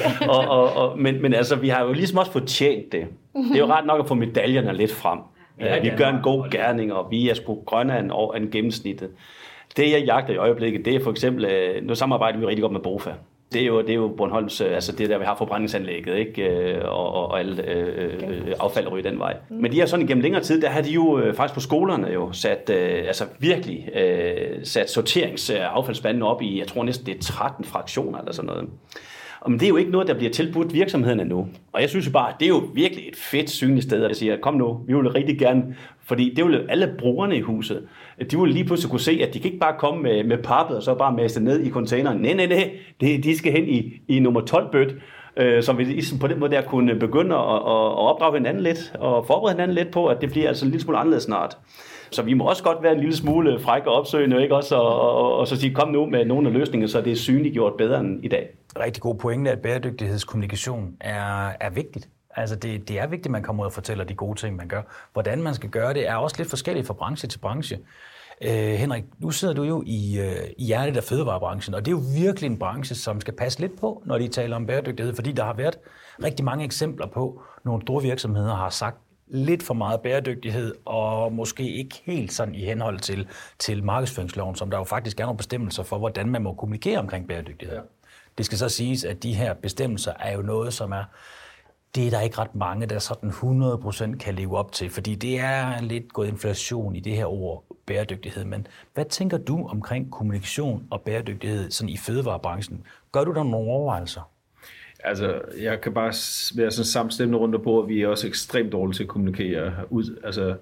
men altså, vi har jo ligesom også fortjent det. Det er jo ret nok at få medaljerne lidt frem. Vi gør en god gerning, og vi er sgu grønnere end gennemsnittet. Det, jeg jagter i øjeblikket, det er for eksempel, nu samarbejder vi rigtig godt med BOFA. Det er jo Bornholms, altså det der, vi har forbrændingsanlægget, ikke? Og alle affald ryger den vej. Men de har sådan igennem længere tid, der har de jo faktisk på skolerne jo sat, virkelig sat sorteringsaffaldsspanden op i, jeg tror næsten det er 13 fraktioner eller sådan noget. Men det er jo ikke noget, der bliver tilbudt virksomhederne nu. Og jeg synes jo bare, det er jo virkelig et fedt synligt sted, at jeg siger, kom nu, vi vil rigtig gerne, fordi det vil alle brugerne i huset, de vil lige pludselig kunne se, at de kan ikke bare komme med pappet og så bare mase ned i containeren. Nej, de skal hen i nummer 12-bøt, som vi ligesom på den måde der kunne begynde at opdrage hinanden lidt, og forberede hinanden lidt på, at det bliver altså en lille smule anderledes snart. Så vi må også godt være en lille smule frække og opsøgende, ikke også? Og så sige, kom nu med nogle af løsningerne, så det er synliggjort bedre end i dag. Rigtig god pointe, at bæredygtighedskommunikation er vigtigt. Altså det er vigtigt, at man kommer ud og fortæller de gode ting, man gør. Hvordan man skal gøre det, er også lidt forskelligt fra branche til branche. Henrik, nu sidder du jo i hjertet af fødevarebranchen, og det er jo virkelig en branche, som skal passe lidt på, når de taler om bæredygtighed, fordi der har været rigtig mange eksempler på, nogle store virksomheder har sagt lidt for meget bæredygtighed, og måske ikke helt sådan i henhold til markedsføringsloven, som der jo faktisk er nogle bestemmelser for, hvordan man må kommunikere omkring bæredygtighed. Ja. Det skal så siges, at de her bestemmelser er jo noget, som det er der ikke ret mange, der sådan 100% kan leve op til, fordi det er lidt gået inflation i det her ord bæredygtighed. Men hvad tænker du omkring kommunikation og bæredygtighed sådan i fødevarebranchen? Gør du der nogle overvejelser? Altså, jeg kan bare være sådan samstemmende rundt på, at vi er også ekstremt dårlige til at kommunikere ud. Altså,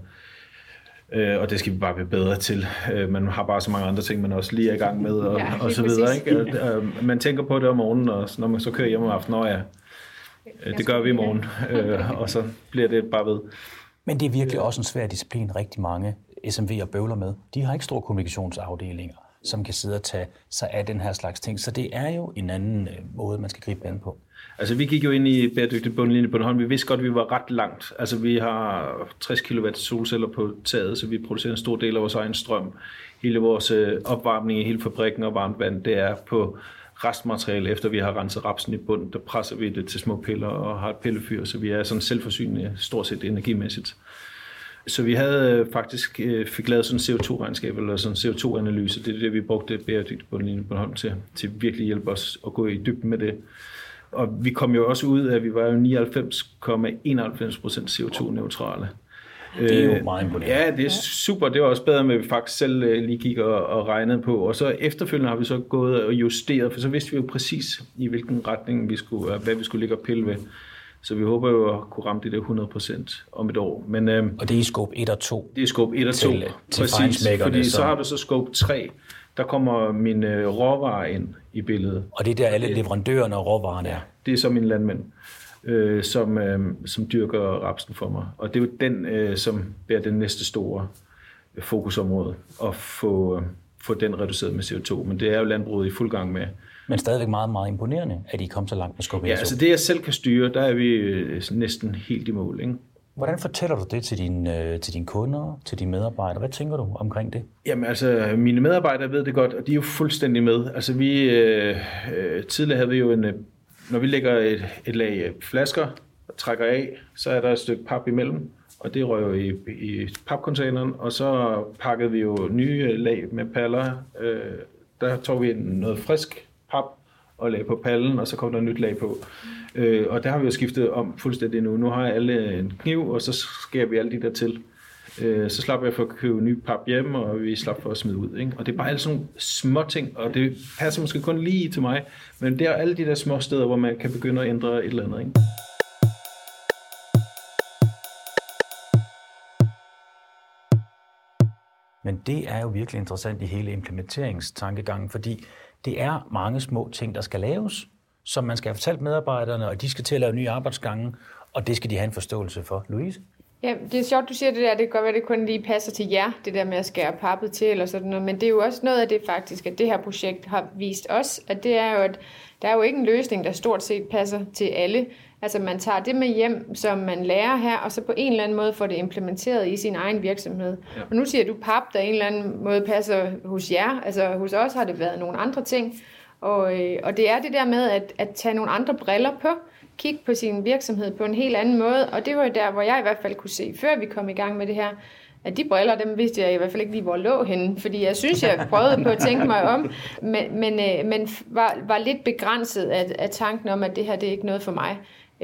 og det skal vi bare blive bedre til. Man har bare så mange andre ting, man også lige er i gang med, og så videre. Ikke? Man tænker på det om morgenen, og når man så kører hjem om aftenen, det gør vi i morgen, og så bliver det bare ved. Men det er virkelig også en svær disciplin, rigtig mange SMV'er bøvler med. De har ikke store kommunikationsafdelinger, som kan sidde og tage sig af den her slags ting. Så det er jo en anden måde, man skal gribe an på. Altså, vi gik jo ind i bæredygtig bundlinje på Bornholm. Vi vidste godt, at vi var ret langt. Altså, vi har 60 kW solceller på taget, så vi producerer en stor del af vores egen strøm. Hele vores opvarmning i hele fabrikken og varmt vand, det er på restmateriale. Efter vi har renset rapsen i bunden, der presser vi det til små piller og har et pillefyr, så vi er sådan selvforsynende stort set energimæssigt. Så vi havde faktisk fik lavet sådan en CO2-regnskab eller sådan en CO2-analyse. Det er det, vi brugte bæredygtigt bundlinje på Bornholm til virkelig hjælpe os at gå i dybden med det. Og vi kom jo også ud af, at vi var jo 99,91% CO2-neutrale. Det er jo meget imponerende. Ja, det er super. Det var også bedre, med at vi faktisk selv lige gik og regnede på. Og så efterfølgende har vi så gået og justeret, for så vidste vi jo præcis, i hvilken retning hvad vi skulle ligge og pille ved. Så vi håber jo at kunne ramme det der 100% om et år. Men, og det er i scope 1 og 2? Det er scope 1 og 2, præcis. Fordi så har du så scope 3. Der kommer min råvarer ind i billedet. Og det er der alle leverandørerne og råvarerne er? Det er så mine landmænd, som dyrker rapsen for mig. Og det er jo den, som er den næste store fokusområde, at få den reduceret med CO2. Men det er jo landbruget i fuld gang med. Men stadigvæk meget, meget imponerende, at I kom så langt med scope 1 og 2. Ja, altså det jeg selv kan styre, der er vi næsten helt i mål, ikke? Hvordan fortæller du det til dine kunder, til dine medarbejdere? Hvad tænker du omkring det? Jamen altså, mine medarbejdere ved det godt, og de er jo fuldstændig med. Altså tidligere havde vi jo når vi lægger et lag flasker og trækker af, så er der et stykke pap imellem, og det røg jo i papcontaineren, og så pakkede vi jo nye lag med paller. Der tog vi noget frisk pap og lagde på pallen, og så kom der et nyt lag på. Og der har vi jo skiftet om fuldstændig nu. Nu har alle en kniv, og så skærer vi alle de der til. Så slapper jeg for at købe ny pap hjem, og vi slapper for at smide ud. Ikke? Og det er bare alle sådan nogle små ting, og det passer måske kun lige til mig, men det er alle de der små steder, hvor man kan begynde at ændre et eller andet. Ikke? Men det er jo virkelig interessant i hele implementeringstankegangen, fordi det er mange små ting, der skal laves, som man skal have fortalt medarbejderne, og de skal til at lave nye arbejdsgange, og det skal de have en forståelse for. Louise? Ja, det er sjovt, du siger det der. Det kan godt være, det kun lige passer til jer, det der med at skære pappet til eller sådan noget. Men det er jo også noget af det faktisk, at det her projekt har vist os, at det er jo, at der er jo ikke en løsning, der stort set passer til alle. Altså man tager det med hjem, som man lærer her, og så på en eller anden måde får det implementeret i sin egen virksomhed. Ja. Og nu siger du pap, der en eller anden måde passer hos jer. Altså hos os har det været nogle andre ting. Og det er det der med at tage nogle andre briller på, kigge på sin virksomhed på en helt anden måde, og det var jo der, hvor jeg i hvert fald kunne se, før vi kom i gang med det her, at de briller, dem vidste jeg i hvert fald ikke lige, hvor lå henne, fordi jeg synes, jeg prøvede på at tænke mig om, men var lidt begrænset af tanken om, at det her, det er ikke noget for mig.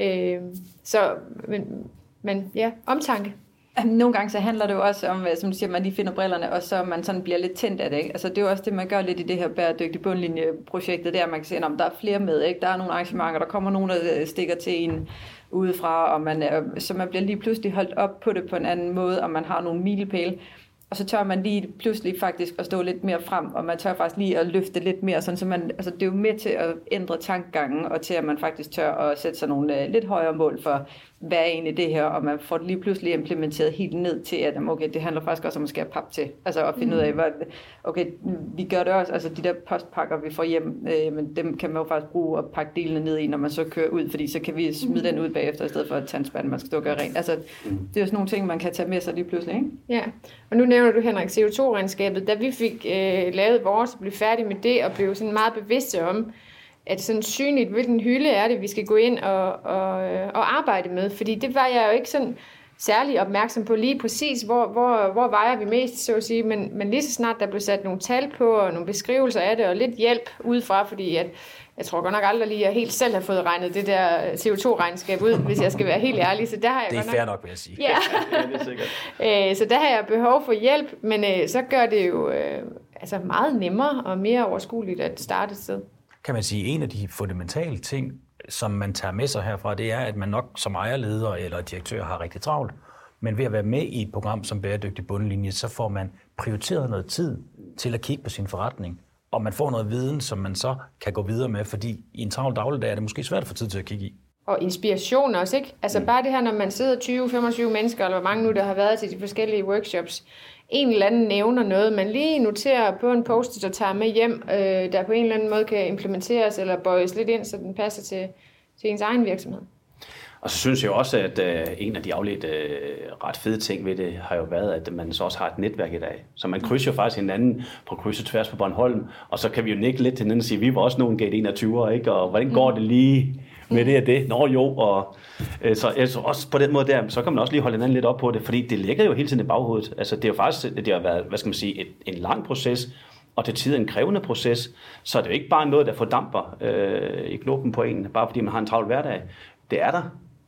Men ja, omtanke. Nogle gange så handler det jo også om, som du siger, man lige finder brillerne, og så man sådan bliver lidt tændt af det. Ikke? Altså det er jo også det, man gør lidt i det her bæredygtige bundlinjeprojektet, der man kan se, om der er flere med. Ikke? Der er nogle arrangementer, der kommer nogen, der stikker til en udefra, og så man bliver lige pludselig holdt op på det på en anden måde, og man har nogle milepæle. Og så tør man lige pludselig faktisk at stå lidt mere frem, og man tør faktisk lige at løfte lidt mere, sådan så altså det er jo med til at ændre tankegangen, og til at man faktisk tør at sætte sig nogle lidt højere mål for, hvad er egentlig det her, og man får det lige pludselig implementeret helt ned til, at okay, det handler faktisk også om at skære pap til, altså at finde ud af, okay, vi gør det også, altså de der postpakker, vi får hjem, men dem kan man jo faktisk bruge og pakke delene ned i, når man så kører ud, fordi så kan vi smide den ud bagefter, i stedet for at tage en spand, man skal stå og gøre rent. Altså, det er jo sådan nogle ting, man kan tage med sig lige pludselig, ikke? Ja, og nu nævner du, Henrik, CO2-regnskabet. Da vi fik lavet vores og blev færdige med det, og blev sådan meget bevidste om, at sådan synligt, hvilken hylde er det, vi skal gå ind og arbejde med. Fordi det var jeg jo ikke sådan særlig opmærksom på lige præcis, hvor vejer vi mest, så at sige. Men lige så snart der blev sat nogle tal på, og nogle beskrivelser af det, og lidt hjælp udefra, fordi jeg tror godt nok aldrig lige, at jeg helt selv har fået regnet det der CO2-regnskab ud, hvis jeg skal være helt ærlig. Så der har jeg det er fair nok, vil jeg sige. Ja, det er sikkert. Så der har jeg behov for hjælp, men så gør det jo altså meget nemmere og mere overskueligt at starte et sted. Kan man sige, en af de fundamentale ting, som man tager med sig herfra, det er, at man nok som ejerleder eller direktør har rigtig travlt, men ved at være med i et program som Bæredygtig Bundlinje, så får man prioriteret noget tid til at kigge på sin forretning, og man får noget viden, som man så kan gå videre med, fordi i en travl dagligdag er det måske svært at få tid til at kigge i. Og inspiration også, ikke? Altså bare det her, når man sidder 20-25 mennesker, eller hvor mange nu, der har været til de forskellige workshops, en eller anden nævner noget, man lige noterer på en post-it og tager med hjem, der på en eller anden måde kan implementeres eller bøjes lidt ind, så den passer til ens egen virksomhed. Og så synes jeg også, at en af de afledte ret fede ting ved det har jo været, at man så også har et netværk i dag. Så man krydser jo faktisk hinanden på kryds og tværs på Bornholm, og så kan vi jo nikke lidt til hinanden og sige, vi var også nogle Gate 21'ere, ikke? Og hvordan går det lige med det og det? Nå jo, og så også på den måde der, så kan man også lige holde hinanden lidt op på det, fordi det ligger jo hele tiden i baghovedet. Altså det er jo faktisk, det har været, hvad skal man sige, en lang proces, og til tider en krævende proces, så er det jo ikke bare noget, der fordamper i knoppen på en, bare fordi man har en travl hverdag. Det er der.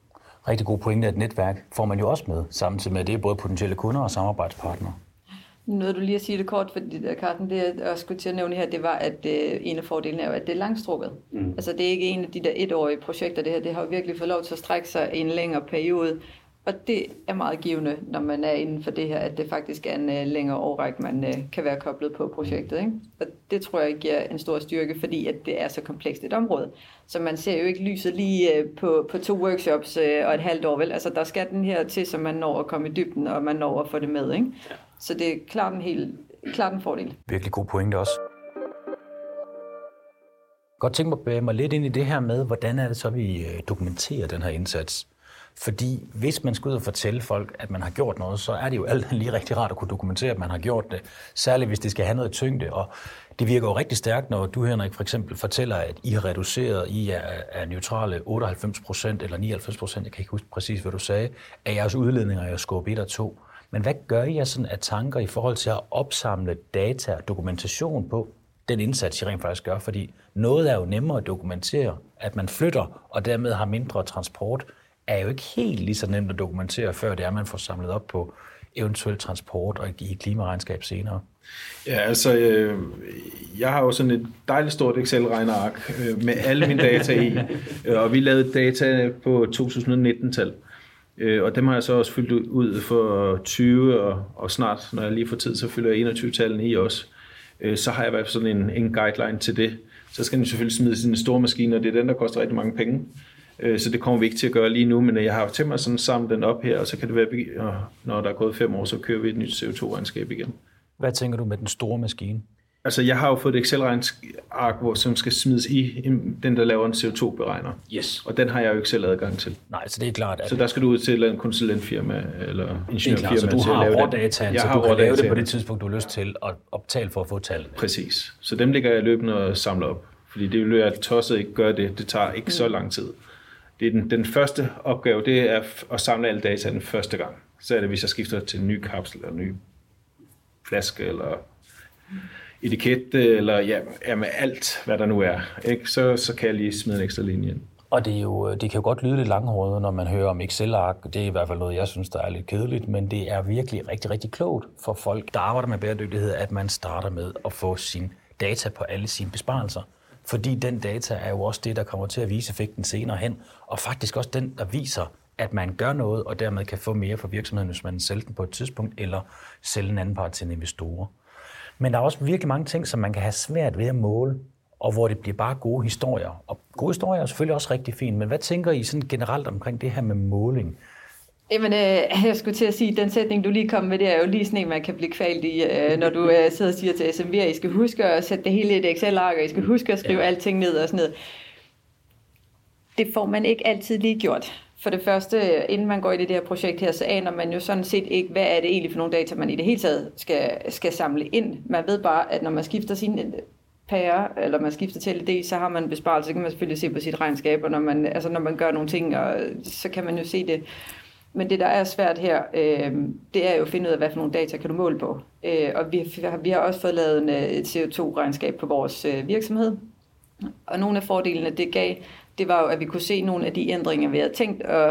Rigtig god pointe, at netværk får man jo også med, samtidig med, at det er både potentielle kunder og samarbejdspartnere. Noget du lige at sige det kort, fordi det der, Carsten, det jeg skulle til at nævne her, det var, at en af fordelene er jo, at det er langstrukket. Altså det er ikke en af de der etårige projekter, det har virkelig fået lov til at strække sig en længere periode. Og det er meget givende, når man er inden for det her, at det faktisk er en længere årrække, man kan være koblet på projektet. Ikke? Og det tror jeg giver en stor styrke, fordi at det er så komplekst et område. Så man ser jo ikke lyset lige på 2 workshops og et halvt år. Vel? Altså der skal den her til, så man når at komme i dybden, og man når at få det med. Ikke? Så det er klart en fordel. Virkelig god pointe også. Godt tænke mig at bevæge mig lidt ind i det her med, hvordan er det så, vi dokumenterer den her indsats. Fordi hvis man skal ud og fortælle folk, at man har gjort noget, så er det jo alt lige rigtig rart at kunne dokumentere, at man har gjort det. Særligt hvis det skal have noget tyngde. Og det virker jo rigtig stærkt, når du, Henrik, for eksempel fortæller, at I har reduceret, I er neutrale 98% eller 99%, jeg kan ikke huske præcis, hvad du sagde, af jeres udledninger af scope 1 og 2. Men hvad gør I sådan af tanker i forhold til at opsamle data og dokumentation på den indsats, I rent faktisk gør? Fordi noget er jo nemmere at dokumentere, at man flytter og dermed har mindre transport, er jo ikke helt lige så nemt at dokumentere, før det er, man får samlet op på eventuel transport og i klimaregnskab senere. Ja, altså, jeg har jo sådan et dejligt stort Excel-regneark med alle mine data i, og vi lavede data på 2019-tal. Og dem har jeg så også fyldt ud for 20, og snart, når jeg lige får tid, så fylder jeg 21-tallene i også. Så har jeg i hvert fald sådan en guideline til det. Så skal den selvfølgelig smide sine store maskiner, og det er den, der koster rigtig mange penge. Så det kommer vi ikke til at gøre lige nu, men jeg har jo tænkt mig sådan samle den op her, og så kan det være, når der er gået 5 år, så kører vi et nyt CO2-regnskab igen. Hvad tænker du med den store maskine? Altså, jeg har jo fået et Excel-ark, som skal smides i den, der laver en CO2-beregner. Yes. Og den har jeg jo ikke selv adgang til. Nej, så det er klart. Så der skal du ud til en konsulentfirma eller ingeniørfirma til at lave det. Så du har rådataen, så du kan lave det på det tidspunkt, du har lyst til at optale for at få tallene. Præcis. Så dem ligger jeg løbende og samler op. Fordi det vil jo, at tosset ikke gør det. Det tager ikke så lang tid. Det er den første opgave, det er at samle alle data den første gang. Så er det, hvis jeg skifter til en ny kapsel, eller en ny flaske, eller etikette, eller med alt, hvad der nu er. Ikke? Så kan jeg lige smide en ekstra linje ind. Og det kan jo godt lyde lidt langhåret, når man hører om Excel-ark. Det er i hvert fald noget, jeg synes, der er lidt kedeligt, men det er virkelig rigtig, rigtig klogt for folk, der arbejder med bæredygtighed, at man starter med at få sine data på alle sine besparelser. Fordi den data er jo også det, der kommer til at vise effekten senere hen, og faktisk også den, der viser, at man gør noget, og dermed kan få mere for virksomheden, hvis man sælger den på et tidspunkt, eller sælge en anden part til en investor. Men der er også virkelig mange ting, som man kan have svært ved at måle, og hvor det bliver bare gode historier. Og gode historier er selvfølgelig også rigtig fint, men hvad tænker I sådan generelt omkring det her med måling? Jamen, jeg skulle til at sige, at den sætning, du lige kom med, det er jo lige sådan en, man kan blive kvalt i, når du sidder og siger til SMV'er, I skal huske at sætte det hele i et Excel-ark, og I skal huske at skrive alting ned og sådan noget. Det får man ikke altid lige gjort. For det første, inden man går i det her projekt her, så aner man jo sådan set ikke, hvad er det egentlig for nogle data, man i det hele taget skal samle ind. Man ved bare, at når man skifter sine pærer, eller man skifter til LED, så har man besparelse, så kan man selvfølgelig se på sit regnskab, og når man gør nogle ting, og så kan man jo se det. Men det, der er svært her, det er jo at finde ud af, hvad for nogle data kan du måle på. Og vi har også fået lavet et CO2-regnskab på vores virksomhed. Og nogle af fordelene, det var jo, at vi kunne se nogle af de ændringer, vi havde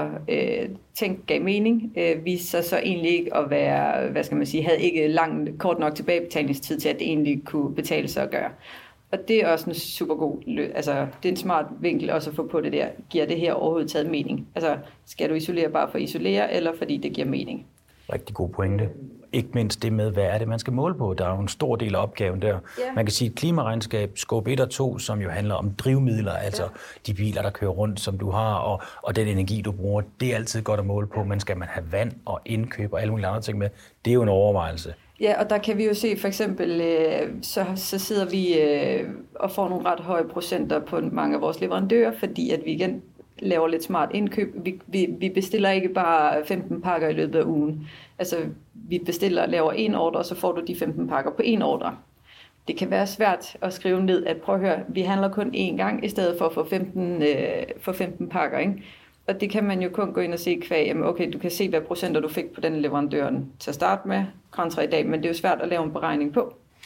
tænkt gav mening. Viste sig så egentlig ikke at være, havde ikke kort nok tilbagebetalingstid til, at det egentlig kunne betale sig at gøre. Og det er også en super god, altså det er en smart vinkel også at få på det der. Giver det her overhovedet taget mening? Altså skal du isolere bare for at isolere, eller fordi det giver mening? Rigtig god pointe. Ikke mindst det med, hvad er det, man skal måle på. Der er jo en stor del af opgaven der. Yeah. Man kan sige et klimaregnskab, scope 1 og 2, som jo handler om drivmidler, altså de biler, der kører rundt, som du har, og den energi, du bruger. Det er altid godt at måle på, men skal man have vand og indkøb og alle mulige andre ting med, det er jo en overvejelse. Ja, og der kan vi jo se for eksempel, så sidder vi og får nogle ret høje procenter på mange af vores leverandører, fordi at vi igen laver lidt smart indkøb. Vi bestiller ikke bare 15 pakker i løbet af ugen. Altså, vi laver en ordre, og så får du de 15 pakker på en ordre. Det kan være svært at skrive ned, at prøv at høre, vi handler kun én gang, i stedet for at få 15 pakker, ikke? Og det kan man jo kun gå ind og se kvæg. Jamen okay, du kan se, hvad procenter du fik på den leverandøren til at starte med, kontra i dag, men det er jo svært at lave en beregning på.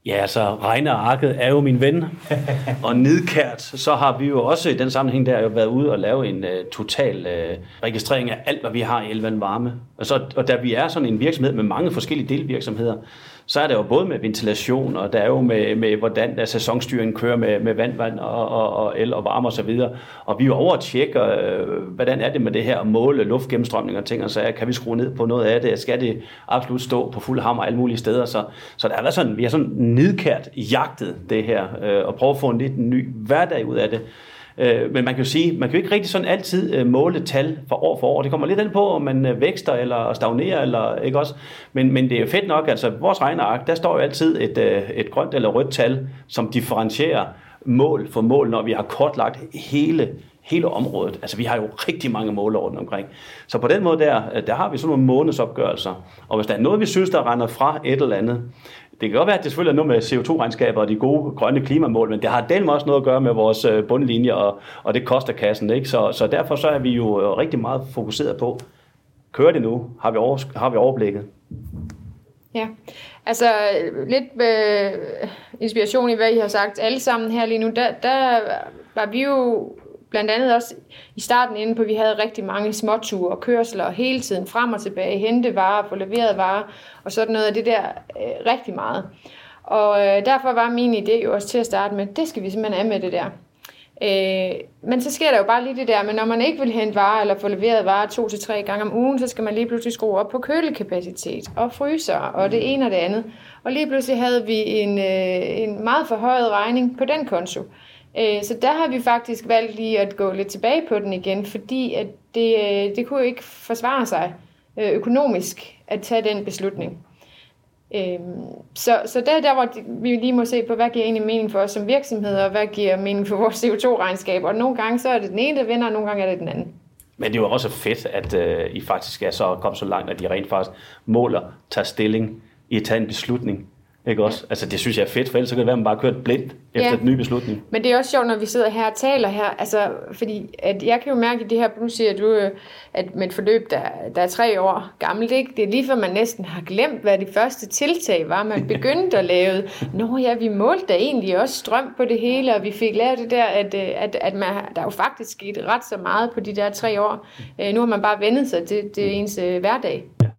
Ja, altså regnearket er jo min ven, og nidkært, så har vi jo også i den sammenhæng der jo været ude og lave en total registrering af alt, hvad vi har i elvand varme. Og da vi er sådan en virksomhed med mange forskellige delvirksomheder, så er det jo både med ventilation, og der er jo med hvordan der sæsonstyringen kører med vand og el og varme osv. Og vi er jo over at tjekke, hvordan er det med det her at måle luftgennemstrømning og ting, og så kan vi skrue ned på noget af det, skal det absolut stå på fuld hammer alle mulige steder. Så der er sådan, vi har sådan nidkært jagtet det her, og prøve at få en lidt ny hverdag ud af det. Men man kan jo sige, man kan jo ikke rigtig sådan altid måle tal for år. Det kommer lidt an på, om man vækster eller stagnerer, eller ikke også. Men det er jo fedt nok, altså vores regneark, der står jo altid et grønt eller rødt tal, som differentierer mål for mål, når vi har kortlagt hele området. Altså vi har jo rigtig mange mål rundt omkring. Så på den måde der har vi sådan nogle månedsopgørelser. Og hvis der er noget, vi synes, der render fra et eller andet, det kan godt være, at det selvfølgelig er noget med CO2-regnskaber og de gode grønne klimamål, men det har delvis også noget at gøre med vores bundlinje, og det koster kassen, ikke? Så derfor så er vi jo rigtig meget fokuseret på, kører det nu? Har vi overblikket? Ja, altså lidt inspiration i, hvad I har sagt alle sammen her lige nu, der var vi jo blandt andet også i starten inde på, at vi havde rigtig mange småture og kørsler hele tiden frem og tilbage, hente varer, få leveret varer og sådan noget af det der rigtig meget. Og derfor var min idé jo også til at starte med, det skal vi simpelthen af med det der. Men så sker der jo bare lige det der, men når man ikke vil hente varer eller få leveret varer 2 til 3 gange om ugen, så skal man lige pludselig skrue op på kølekapacitet og fryser og det ene og det andet. Og lige pludselig havde vi en meget forhøjet regning på den konto. Så der har vi faktisk valgt lige at gå lidt tilbage på den igen, fordi at det kunne jo ikke forsvare sig økonomisk at tage den beslutning. Så der hvor vi lige må se på, hvad giver egentlig mening for os som virksomheder, og hvad giver mening for vores CO2-regnskab. Og nogle gange så er det den ene, der vinder, og nogle gange er det den anden. Men det er jo også fedt, at I faktisk er så kommet så langt, at I rent faktisk måler, tager stilling, I tager en beslutning. Ikke også? Ja. Altså det synes jeg er fedt, for ellers så kan det være, at man bare kører blindt efter den nye beslutning. Men det er også sjovt, når vi sidder her og taler her, altså fordi at jeg kan jo mærke i det her, nu siger du, at med et forløb, der er 3 år gammelt, ikke? Det er lige før man næsten har glemt, hvad det første tiltag var, man begyndte at lave. Nå ja, vi målte da egentlig også strøm på det hele, og vi fik lært det der, at der jo faktisk skete ret så meget på de der 3 år. Nu har man bare vendet sig til ens hverdag.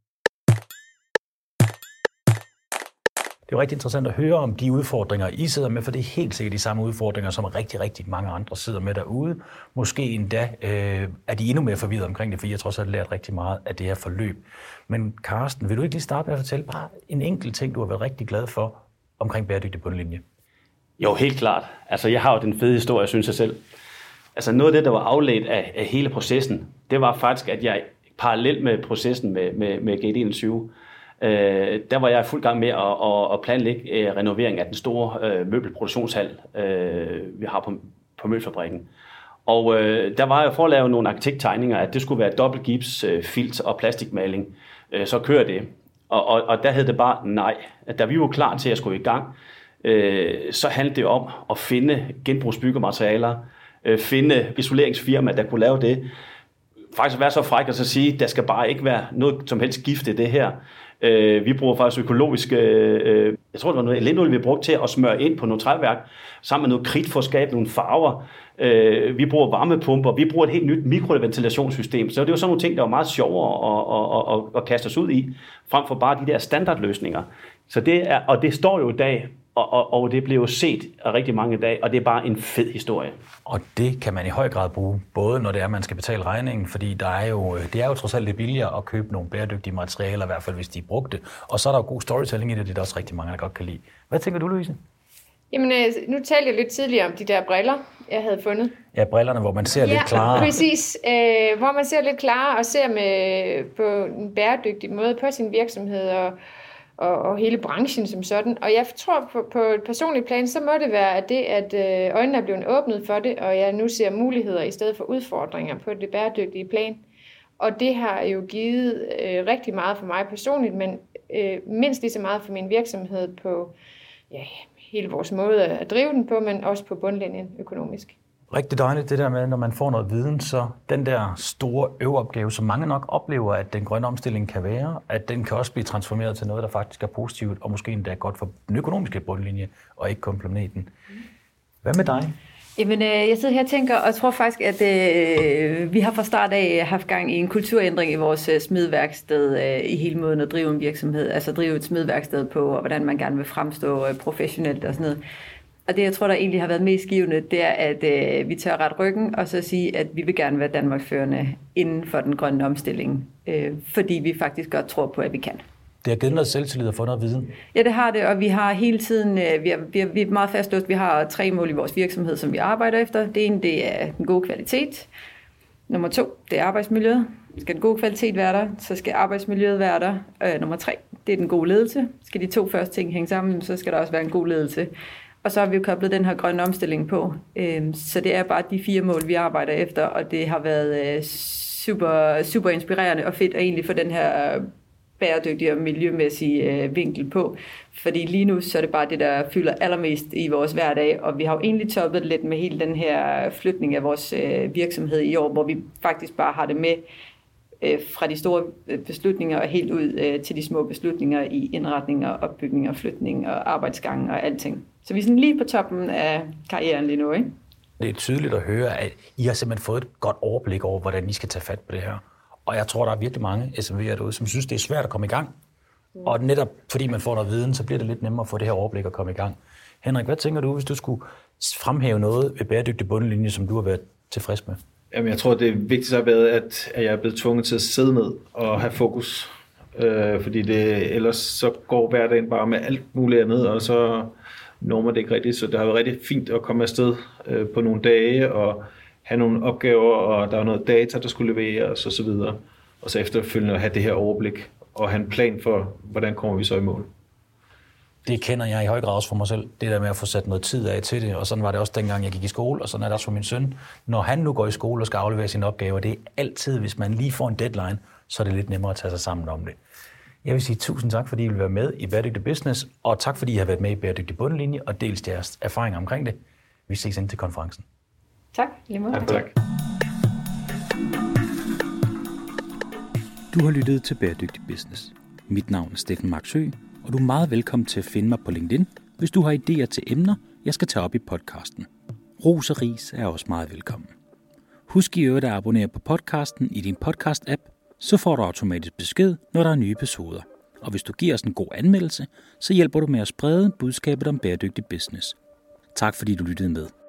Det er jo rigtig interessant at høre om de udfordringer, I sidder med, for det er helt sikkert de samme udfordringer, som rigtig, rigtig mange andre sidder med derude. Måske endda er de endnu mere forvirret omkring det, for jeg har trods alt lært rigtig meget af det her forløb. Men Carsten, vil du ikke lige starte med at fortælle bare en enkelt ting, du har været rigtig glad for omkring bæredygtig bundlinje? Jo, helt klart. Altså, jeg har jo den fede historie, synes jeg selv. Altså, noget af det, der var afledt af hele processen, det var faktisk, at jeg parallelt med processen med GD21, der var jeg i fuld gang med at planlægge renovering af den store møbelproduktionshal, vi har på Møbelfabrikken. Og der var jeg for at lave nogle arkitekttegninger, at det skulle være dobbeltgips, filt og plastikmaling. Så kører det. Og der hed det bare nej. Da vi var klar til at skulle i gang, så handlede det om at finde genbrugsbyggematerialer, finde isoleringsfirma, der kunne lave det. Faktisk være så fræk at så sige, at der skal bare ikke være noget som helst gift i det her. Vi bruger faktisk økologisk, jeg tror det var noget linolie, vi brugte til at smøre ind på noget træværk, sammen med noget kridt for at skabe nogle farver. Vi bruger varmepumper, vi bruger et helt nyt mikroventilationssystem, så det er jo sådan nogle ting, der er meget sjovere at kaste os ud i, frem for bare de der standardløsninger. Så det står jo i dag, og det bliver jo set af rigtig mange i dag, og det er bare en fed historie. Og det kan man i høj grad bruge, både når det er, at man skal betale regningen, fordi det er jo trods alt lidt billigere at købe nogle bæredygtige materialer, i hvert fald hvis de er brugte. Og så er der jo god storytelling i det, det er der også rigtig mange, der godt kan lide. Hvad tænker du, Louise? Jamen, nu talte jeg lidt tidligere om de der briller, jeg havde fundet. Ja, brillerne, hvor man ser lidt klarere. Ja, præcis. Hvor man ser lidt klarere og ser på en bæredygtig måde på sin virksomhed og hele branchen som sådan. Og jeg tror på et personligt plan, så må det være at øjnene er blevet åbnet for det, og jeg nu ser muligheder i stedet for udfordringer på det bæredygtige plan. Og det har jo givet rigtig meget for mig personligt, men mindst lige så meget for min virksomhed på hele vores måde at drive den på, men også på bundlinjen økonomisk. Rigtig dejligt det der med, når man får noget viden, så den der store øveopgave, som mange nok oplever, at den grønne omstilling kan være, at den kan også blive transformeret til noget, der faktisk er positivt, og måske endda godt for den økonomiske bundlinje, og ikke kun planeten. Hvad med dig? Jamen, jeg sidder her og tænker, og jeg tror faktisk, at vi har fra start af haft gang i en kulturændring i vores smedværksted i hele måden at drive en virksomhed, altså drive et smedværksted på, og hvordan man gerne vil fremstå professionelt og sådan noget. Og det, jeg tror, der egentlig har været mest givende, det er, at vi tør ret ryggen og så sige, at vi vil gerne være Danmarksførende inden for den grønne omstilling, fordi vi faktisk godt tror på, at vi kan. Det har givet noget selvtillid at få noget viden. Ja, det har det, og vi har hele tiden, vi er meget fastlåst. Vi har 3 mål i vores virksomhed, som vi arbejder efter. Det ene, det er den gode kvalitet. Nummer 2, det er arbejdsmiljøet. Skal den gode kvalitet være der, så skal arbejdsmiljøet være der. Nummer 3, det er den gode ledelse. Skal de 2 første ting hænge sammen, så skal der også være en god ledelse. Og så har vi jo koblet den her grønne omstilling på. Så det er bare de 4 mål, vi arbejder efter, og det har været super, super inspirerende og fedt at egentlig få den her bæredygtige og miljømæssige vinkel på. Fordi lige nu så er det bare det, der fylder allermest i vores hverdag, og vi har jo egentlig toppet lidt med hele den her flytning af vores virksomhed i år, hvor vi faktisk bare har det med fra de store beslutninger og helt ud til de små beslutninger i indretninger, opbygninger, flytning og arbejdsgange og alting. Så vi er sådan lige på toppen af karrieren lige nu, ikke? Det er tydeligt at høre, at I har simpelthen fået et godt overblik over, hvordan I skal tage fat på det her. Og jeg tror, der er virkelig mange SMV'er derude, som synes, det er svært at komme i gang. Og netop fordi man får noget viden, så bliver det lidt nemmere at få det her overblik at komme i gang. Henrik, hvad tænker du, hvis du skulle fremhæve noget ved bæredygtig bundlinje, som du har været tilfreds med? Jamen, jeg tror, det vigtigste har været, at jeg er blevet tvunget til at sidde ned og have fokus. Fordi ellers så går hverdagen bare med alt muligt andet, og så når man det ikke rigtigt. Så det har været rigtig fint at komme afsted på nogle dage og have nogle opgaver, og der er noget data, der skulle leveres og så videre. Og så efterfølgende at have det her overblik og have en plan for, hvordan kommer vi så i mål. Det kender jeg i høj grad også for mig selv, det der med at få sat noget tid af til det, og sådan var det også dengang, jeg gik i skole, og sådan er det også for min søn. Når han nu går i skole og skal aflevere sine opgaver, det er altid, hvis man lige får en deadline, så er det lidt nemmere at tage sig sammen om det. Jeg vil sige tusind tak, fordi I vil være med i Bæredygtig Business, og tak fordi I har været med i Bæredygtig Bundlinje og delt jeres erfaringer omkring det. Vi ses ind til konferencen. Tak, lige måde. Tak. Du har lyttet til Bæredygtig Business. Mit navn er Steffen Marksø, og du er meget velkommen til at finde mig på LinkedIn, hvis du har idéer til emner, jeg skal tage op i podcasten. Ros og ris er også meget velkommen. Husk i øvrigt at abonnere på podcasten i din podcast-app, så får du automatisk besked, når der er nye episoder. Og hvis du giver os en god anmeldelse, så hjælper du med at sprede budskabet om bæredygtig business. Tak fordi du lyttede med.